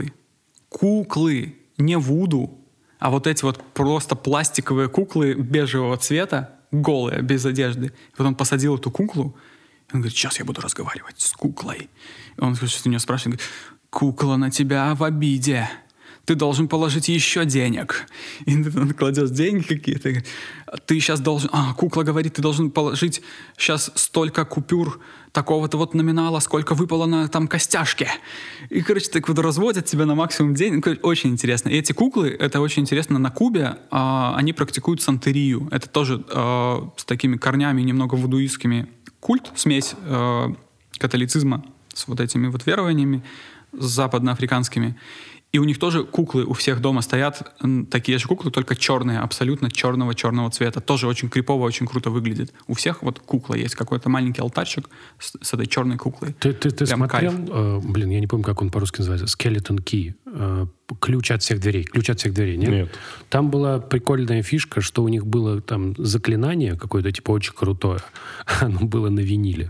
Куклы, не вуду, а вот эти вот просто пластиковые куклы бежевого цвета, голые, без одежды. И вот он посадил эту куклу, и он говорит, сейчас я буду разговаривать с куклой. И он что-то у нее спрашивает, говорит, кукла на тебя в обиде. Ты должен положить еще денег. И он кладет деньги какие-то. Ты сейчас должен... кукла говорит, ты должен положить сейчас столько купюр такого-то вот номинала, сколько выпало на там костяшке. И, так вот разводят тебя на максимум денег. Очень интересно. И эти куклы, это очень интересно, на Кубе они практикуют сантерию. Это тоже с такими корнями немного вудуистскими культ, смесь католицизма с вот этими вот верованиями западноафриканскими. И у них тоже куклы у всех дома стоят, такие же куклы, только черные, абсолютно черного цвета. Тоже очень крипово, очень круто выглядит. У всех вот кукла есть, какой-то маленький алтарчик с этой черной куклой. Ты смотрел, я не помню, как он по-русски называется, Skeleton Key, ключ от всех дверей, нет? Нет. Там была прикольная фишка, что у них было там заклинание какое-то, типа, очень крутое. Оно было на виниле.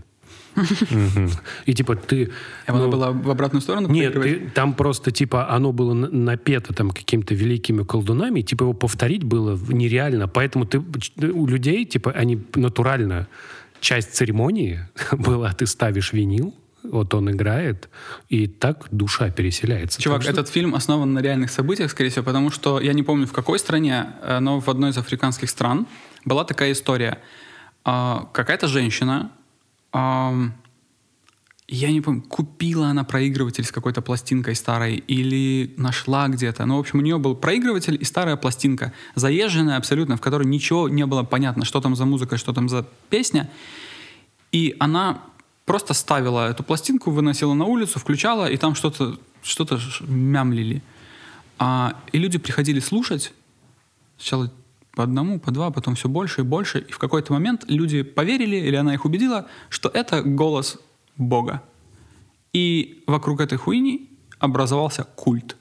И типа ты... Оно было в обратную сторону? Нет, там просто типа оно было напето там какими-то великими колдунами, типа его повторить было нереально, поэтому у людей, типа, они натурально, часть церемонии была, ты ставишь винил, вот он играет, и так душа переселяется. Чувак, этот фильм основан на реальных событиях, скорее всего, потому что, я не помню в какой стране, но в одной из африканских стран была такая история. Какая-то женщина Я не помню, купила она проигрыватель с какой-то пластинкой старой или нашла где-то. Ну, в общем, у нее был проигрыватель и старая пластинка, заезженная абсолютно, в которой ничего не было понятно, что там за музыка, что там за песня. И она просто ставила эту пластинку, выносила на улицу, включала, и там что-то мямлили. И люди приходили слушать. Сначала по одному, по два, потом все больше и больше. И в какой-то момент люди поверили, или она их убедила, что это голос Бога. И вокруг этой хуйни образовался культ.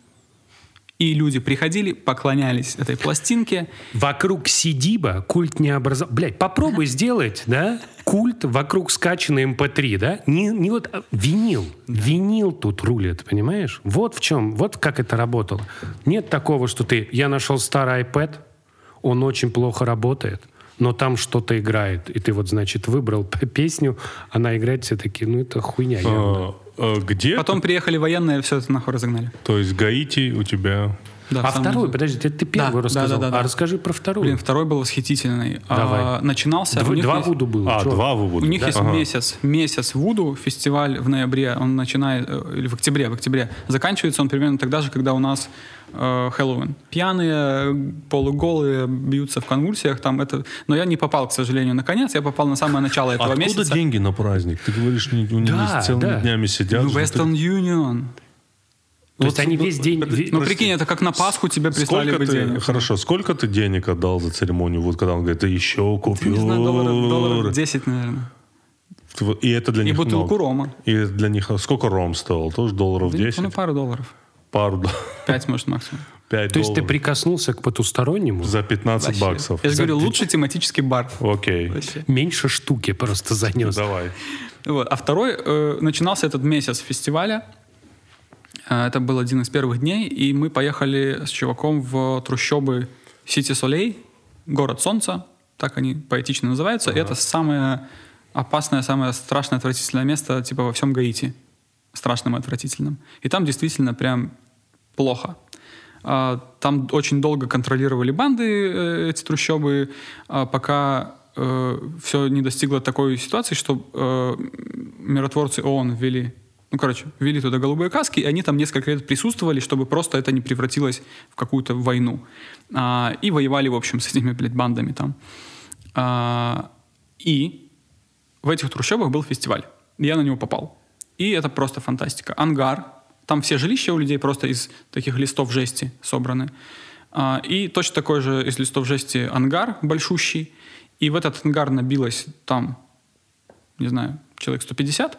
И люди приходили, поклонялись этой пластинке. Вокруг Сидиба культ не образовался. Блядь, попробуй сделать, да, культ вокруг скачанной MP3, да? Не вот винил. Винил тут рулит, понимаешь? Вот в чем, вот как это работало. Нет такого, что я нашел старый iPad, он очень плохо работает, но там что-то играет, и ты вот, значит, выбрал песню, она играет, все такие, ну это хуйня явно. Где? Потом приехали военные, все это нахуй разогнали. То есть Гаити у тебя... Да, второй, подожди, ты первый рассказал. Да. А расскажи про второй. Блин, второй был восхитительный. Давай. Начинался... Два Вуду было. Два Вуду. У них есть месяц Вуду, фестиваль в ноябре, он начинает... Или в октябре. Заканчивается он примерно тогда же, когда у нас Хэллоуин. Пьяные, полуголые, бьются в конвульсиях. Там это... Но я не попал, к сожалению, на конец. Я попал на самое начало этого месяца. Откуда деньги на праздник? Ты говоришь, у них целыми днями сидят. Western Union. То есть они весь день... Ну, прикинь, это как на Пасху тебе прислали бы денег. Хорошо, сколько ты денег отдал за церемонию? Вот когда он говорит, да еще купюр. Не знаю, долларов 10, наверное. И это для них и бутылку много. рома. И для них... Сколько ром стоил? Тоже $10? Ну, пару долларов. 5, может, максимум. То есть ты прикоснулся к потустороннему? За 15 баксов. Я же говорю, лучший тематический бар. Окей. Меньше штуки просто занес. Давай. Вот. А второй, начинался этот месяц фестиваля. Это был один из первых дней, и мы поехали с чуваком в трущобы Сити-Солей, город солнца, так они поэтично называются. Ага. Это самое опасное, самое страшное, отвратительное место типа во всем Гаити. Страшным и отвратительным. И там действительно прям плохо. Там очень долго контролировали банды эти трущобы, пока все не достигло такой ситуации, что миротворцы ООН ввели туда голубые каски, и они там несколько лет присутствовали, чтобы просто это не превратилось в какую-то войну. И воевали, в общем, с этими, бандами там. И в этих трущобах был фестиваль. Я на него попал. И это просто фантастика. Ангар. Там все жилища у людей просто из таких листов жести собраны. И точно такой же из листов жести ангар большущий. И в этот ангар набилось там, не знаю, человек 150.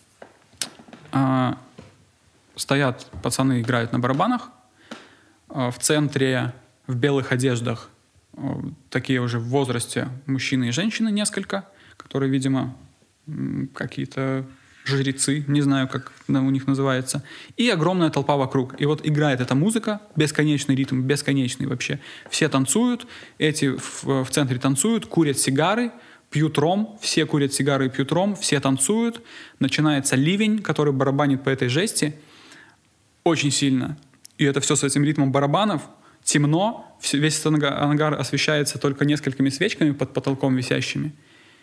Стоят пацаны, играют на барабанах. В центре, в белых одеждах, такие уже в возрасте мужчины и женщины несколько, которые, видимо, какие-то жрецы, не знаю, как у них называется. И огромная толпа вокруг. И вот играет эта музыка, бесконечный ритм, бесконечный вообще. Все танцуют, эти в центре танцуют, курят сигары, пьют ром, все курят сигары и пьют ром, все танцуют. Начинается ливень, который барабанит по этой жести очень сильно. И это все с этим ритмом барабанов. Темно, весь этот ангар освещается только несколькими свечками под потолком висящими.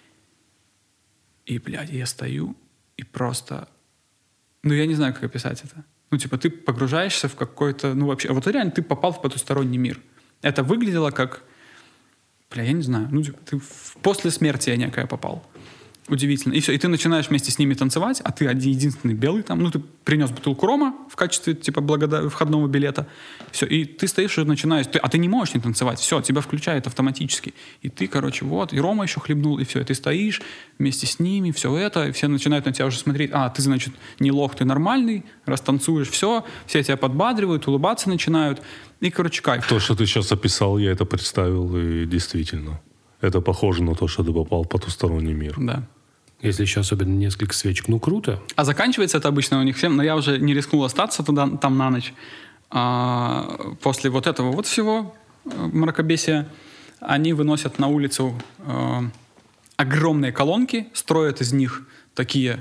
И, блядь, я стою и просто... Ну, я не знаю, как описать это. Ну, типа, ты погружаешься в какой-то... Ну, вообще... Вот реально ты попал в потусторонний мир. Это выглядело как... Бля, я не знаю. Ну, типа, ты после смерти я некая попал. Удивительно. И все. И ты начинаешь вместе с ними танцевать, а ты один единственный белый там. Ну, ты принес бутылку рома в качестве, типа, входного билета. Все. И ты стоишь и начинаешь... А ты не можешь не танцевать. Все, тебя включает автоматически. И ты, короче, вот. И рома еще хлебнул, и все. И ты стоишь вместе с ними, все это. И все начинают на тебя уже смотреть. Ты, значит, не лох, ты нормальный. Раз танцуешь, все. Все тебя подбадривают, улыбаться начинают. И, короче, кайф. То, что ты сейчас описал, я это представил. И действительно. Это похоже на то, что ты попал в потусторонний мир. Да. Если еще особенно несколько свечек. Ну, круто. А заканчивается это обычно у них всем, но я уже не рискнул остаться там на ночь. После вот этого вот всего мракобесия они выносят на улицу огромные колонки, строят из них такие,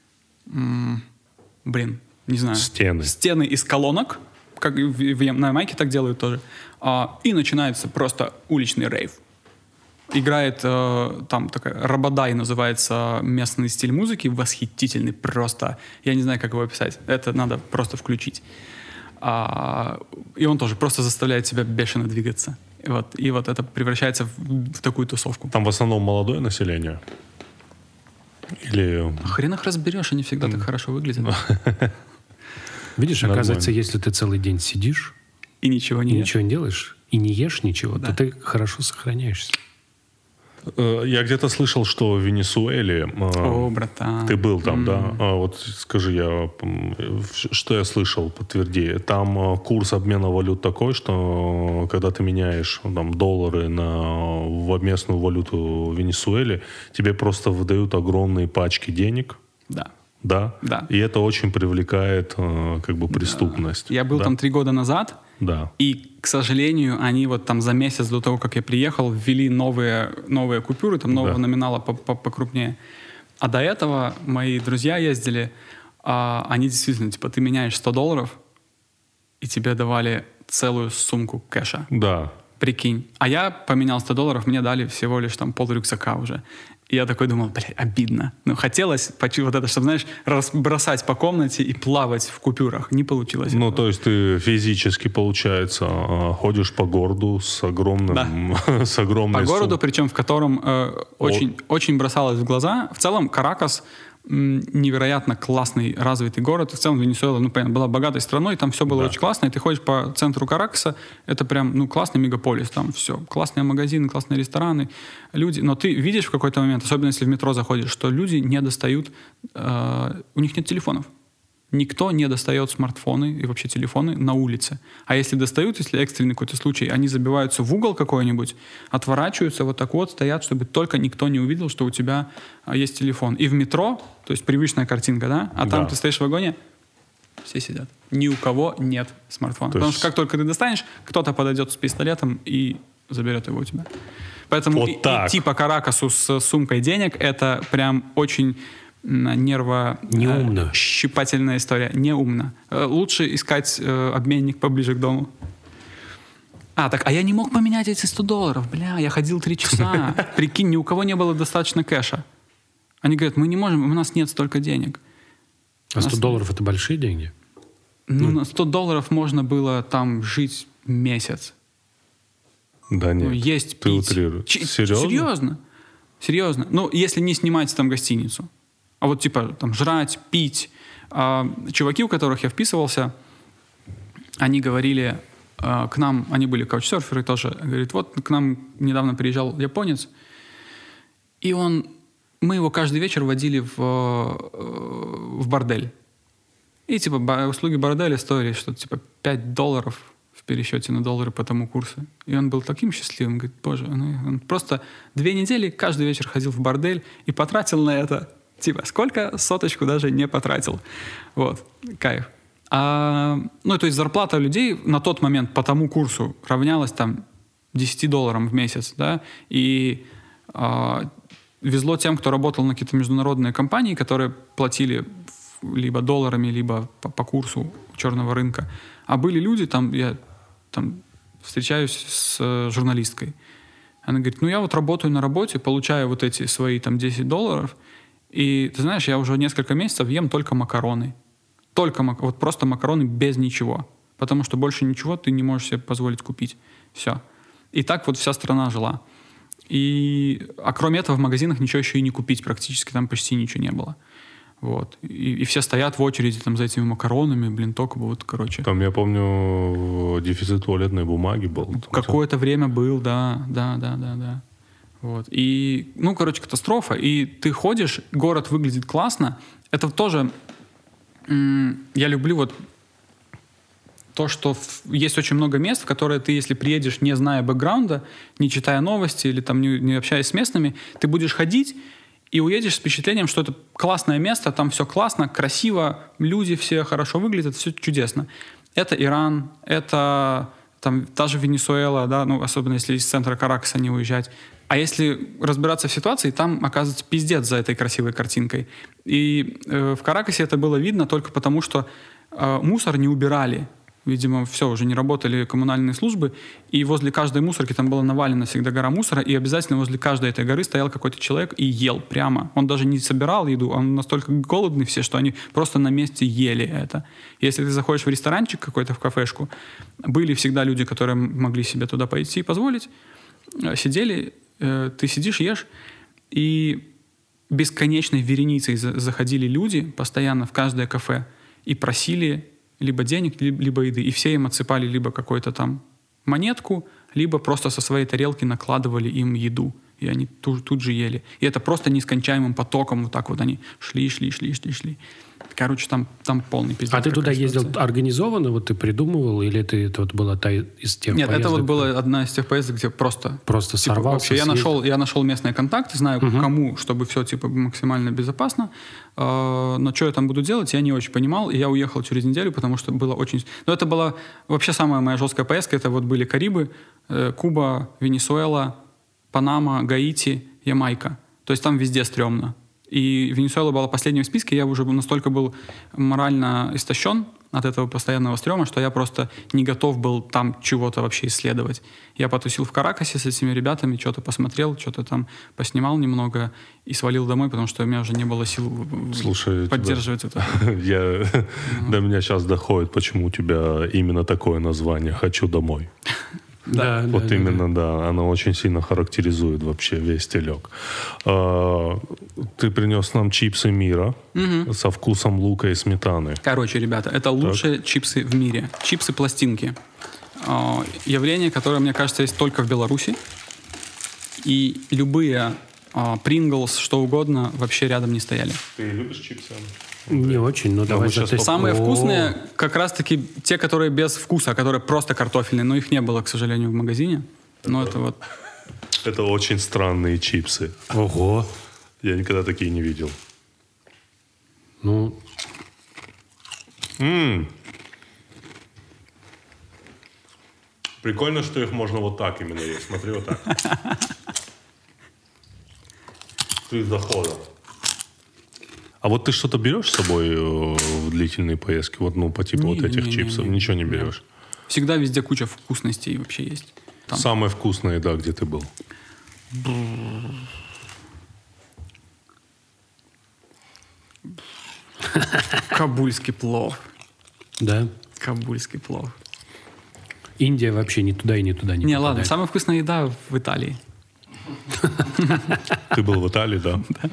не знаю. Стены из колонок, как на Ямайке так делают тоже. И начинается просто уличный рейв. Играет там такая Рабадай называется местный стиль музыки, восхитительный просто. Я не знаю, как его описать. Это надо просто включить. И он тоже просто заставляет себя бешено двигаться. И вот это превращается в такую тусовку. Там в основном молодое население? Или... Хрен их разберешь, они всегда так хорошо выглядят. Видишь, оказывается, если ты целый день сидишь и ничего не делаешь, и не ешь ничего, то ты хорошо сохраняешься. Я где-то слышал, что в Венесуэле... О, братан. Ты был там, да? Вот скажи, что я слышал, подтверди. Там курс обмена валют такой, что когда ты меняешь там, доллары в местную валюту в Венесуэле, тебе просто выдают огромные пачки денег. Да. Да? Да. И это очень привлекает как бы преступность. Я был там 3 года назад. Да. И, к сожалению, они вот там за месяц до того, как я приехал, ввели новые купюры, там нового номинала покрупнее. А до этого мои друзья ездили, они действительно, типа, ты меняешь $100, и тебе давали целую сумку кэша. Да. Прикинь. А я поменял $100, мне дали всего лишь там пол-рюкзака уже. И я такой думал, обидно. Ну, хотелось вот это, чтобы, знаешь, разбросать по комнате и плавать в купюрах. Не получилось. Ну, этого. то есть ты физически, получается, ходишь по городу с огромным... с огромной по городу, причем в котором очень бросалось в глаза. В целом, Каракас невероятно классный, развитый город. В целом, Венесуэла, понятно, была богатой страной, там все было очень классно, и ты ходишь по центру Каракаса, это прям, классный мегаполис, там все, классные магазины, классные рестораны, люди, но ты видишь в какой-то момент, особенно если в метро заходишь, что люди не достают, у них нет телефонов. Никто не достает смартфоны и вообще телефоны на улице. А если достают, если экстренный какой-то случай, они забиваются в угол какой-нибудь, отворачиваются, вот так вот стоят, чтобы только никто не увидел, что у тебя есть телефон. И в метро, то есть привычная картинка, да? А там ты стоишь в вагоне, все сидят. Ни у кого нет смартфона. Потому что как только ты достанешь, кто-то подойдет с пистолетом и заберет его у тебя. Поэтому вот идти по Каракасу с сумкой денег, это прям очень... неумно. Щипательная история. Неумно. Лучше искать обменник поближе к дому. А я не мог поменять эти $100. Бля, я ходил 3 часа. Прикинь, ни у кого не было достаточно кэша. Они говорят, мы не можем, у нас нет столько денег. А $100 это большие деньги? На $100 можно было там жить месяц. Да нет, есть, ты пить. утрируешь. Серьезно? Серьезно. Если не снимать там гостиницу. А вот типа там жрать, пить. Чуваки, у которых я вписывался, они говорили к нам, они были каучсерферы тоже, говорит, вот к нам недавно приезжал японец, и мы его каждый вечер водили в бордель. И типа услуги борделя стоили что-то типа $5 в пересчете на доллары по тому курсу. И он был таким счастливым, говорит, боже, он просто 2 недели каждый вечер ходил в бордель и потратил на это типа сколько, соточку даже не потратил. Вот, кайф. То есть зарплата людей на тот момент по тому курсу равнялась там $10 в месяц, да, и везло тем, кто работал на какие-то международные компании, которые платили либо долларами, либо по курсу черного рынка. А были люди, я встречаюсь с журналисткой. Она говорит, я вот работаю на работе, получаю вот эти свои там $10, и ты знаешь, я уже несколько месяцев ем только макароны. Вот просто макароны без ничего. Потому что больше ничего ты не можешь себе позволить купить. Все. И так вот вся страна жила. А кроме этого в магазинах ничего еще и не купить практически. Там почти ничего не было. Вот. И все стоят в очереди там за этими макаронами, только бы вот, короче. Там, я помню, дефицит туалетной бумаги был. Какое-то время был, да. Вот. И, катастрофа. И ты ходишь, город выглядит классно. Это тоже... Я люблю вот то, что есть очень много мест, в которые ты, если приедешь, не зная бэкграунда, не читая новости или там не общаясь с местными, ты будешь ходить и уедешь с впечатлением, что это классное место, там все классно, красиво, люди все хорошо выглядят, все чудесно. Это Иран, это там даже Венесуэла, да, особенно если из центра Каракаса не уезжать. А если разбираться в ситуации, там, оказывается, пиздец за этой красивой картинкой. И в Каракасе это было видно только потому, что мусор не убирали. Видимо, все, уже не работали коммунальные службы, и возле каждой мусорки там была навалена всегда гора мусора, и обязательно возле каждой этой горы стоял какой-то человек и ел прямо. Он даже не собирал еду, он настолько голодный все, что они просто на месте ели это. Если ты заходишь в ресторанчик какой-то, в кафешку, были всегда люди, которые могли себе туда пойти и позволить, сидели, ты сидишь, ешь, и бесконечной вереницей заходили люди постоянно в каждое кафе и просили либо денег, либо еды. И все им отсыпали либо какую-то там монетку, либо просто со своей тарелки накладывали им еду. И они тут же ели. И это просто нескончаемым потоком вот так вот они шли. Короче, там полный пиздец. А ты туда ездил организованно, вот ты придумывал, или это вот была та из тех Нет, поездок? это вот была одна из тех поездок, где просто сорвался. Вообще, я нашел местные контакты, знаю, кому, чтобы все максимально безопасно. Но что я там буду делать, я не очень понимал. И я уехал через неделю, потому что было очень... Но это была вообще самая моя жесткая поездка. Это вот были Карибы, Куба, Венесуэла, Панама, Гаити, Ямайка. То есть там везде стрёмно. И Венесуэла была последней в списке, я уже настолько был морально истощен от этого постоянного стрёма, что я просто не готов был там чего-то вообще исследовать. Я потусил в Каракасе с этими ребятами, что-то посмотрел, что-то там поснимал немного и свалил домой, потому что у меня уже не было сил поддерживать это. До меня сейчас доходит, почему у тебя именно такое название «Хочу домой». Да, вот да, именно, да, она очень сильно характеризует вообще весь телек. Ты принес нам чипсы мира со вкусом лука и сметаны. Короче, ребята, это лучшие чипсы в мире. Чипсы-пластинки. Явление, которое, мне кажется, есть только в Беларуси. И любые Принглс, что угодно, вообще рядом не стояли. Ты любишь чипсы? Не очень, но давай сейчас Самые вкусные как раз-таки те, которые без вкуса, которые просто картофельные, но их не было, к сожалению, в магазине. Но это вот... Это очень странные чипсы. Ого! Я никогда такие не видел. Ну... Прикольно, что их можно вот так именно есть. Смотри, вот так. Ты захода. А вот ты что-то берешь с собой в длительные поездки? Вот, ну, по типу вот этих чипсов? Ничего не берешь? Всегда везде куча вкусностей вообще есть. Там. Самая вкусная еда, где ты был? Кабульский плов. Да? Кабульский плов. Индия вообще ни туда и ни туда не попадает. Ладно, самая вкусная еда в Италии. Ты был в Италии, да? Да.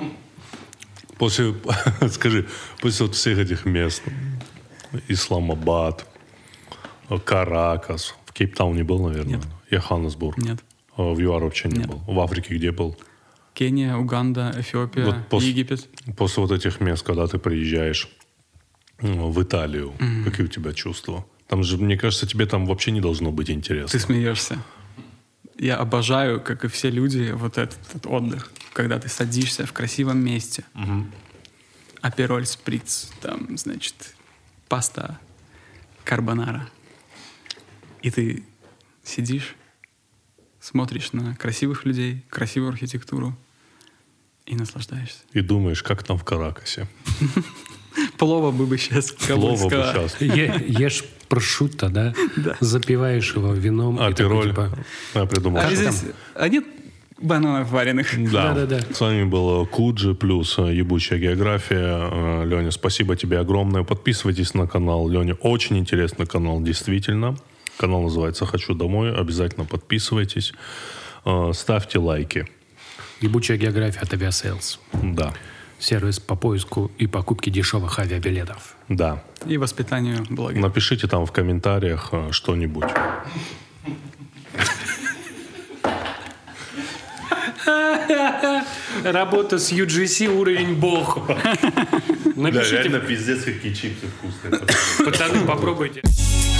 Скажи, после вот всех этих мест, Исламабад, Каракас, в Кейптауне был, наверное? Нет. Йоханнесбург? Нет. В ЮАР вообще не был? В Африке где был? Кения, Уганда, Эфиопия, Египет. После вот этих мест, когда ты приезжаешь в Италию, какие у тебя чувства? Там же, мне кажется, тебе там вообще не должно быть интересно. Ты смеешься. Я обожаю, как и все люди, вот этот отдых, когда ты садишься в красивом месте. Апероль сприц, там, значит, паста карбонара. И ты сидишь, смотришь на красивых людей, красивую архитектуру и наслаждаешься. И думаешь, как там в Каракасе? Плова бы сейчас. Плова бы сейчас. Ешь прошутто, да? Да. Запиваешь его вином. Апероль. Я придумал. А нет бананов вареных? Да. С вами был Куджи плюс ебучая география. Леня, спасибо тебе огромное. Подписывайтесь на канал. Леня, очень интересный канал, действительно. Канал называется «Хочу домой». Обязательно подписывайтесь. Ставьте лайки. Ебучая география от Aviasales. Да. Сервис по поиску и покупке дешевых авиабилетов. Да. И воспитанию блогеров. Напишите там в комментариях что-нибудь. Работа с UGC уровень бог. Да, реально пиздец, какие чипсы вкусные. Пацаны, попробуйте.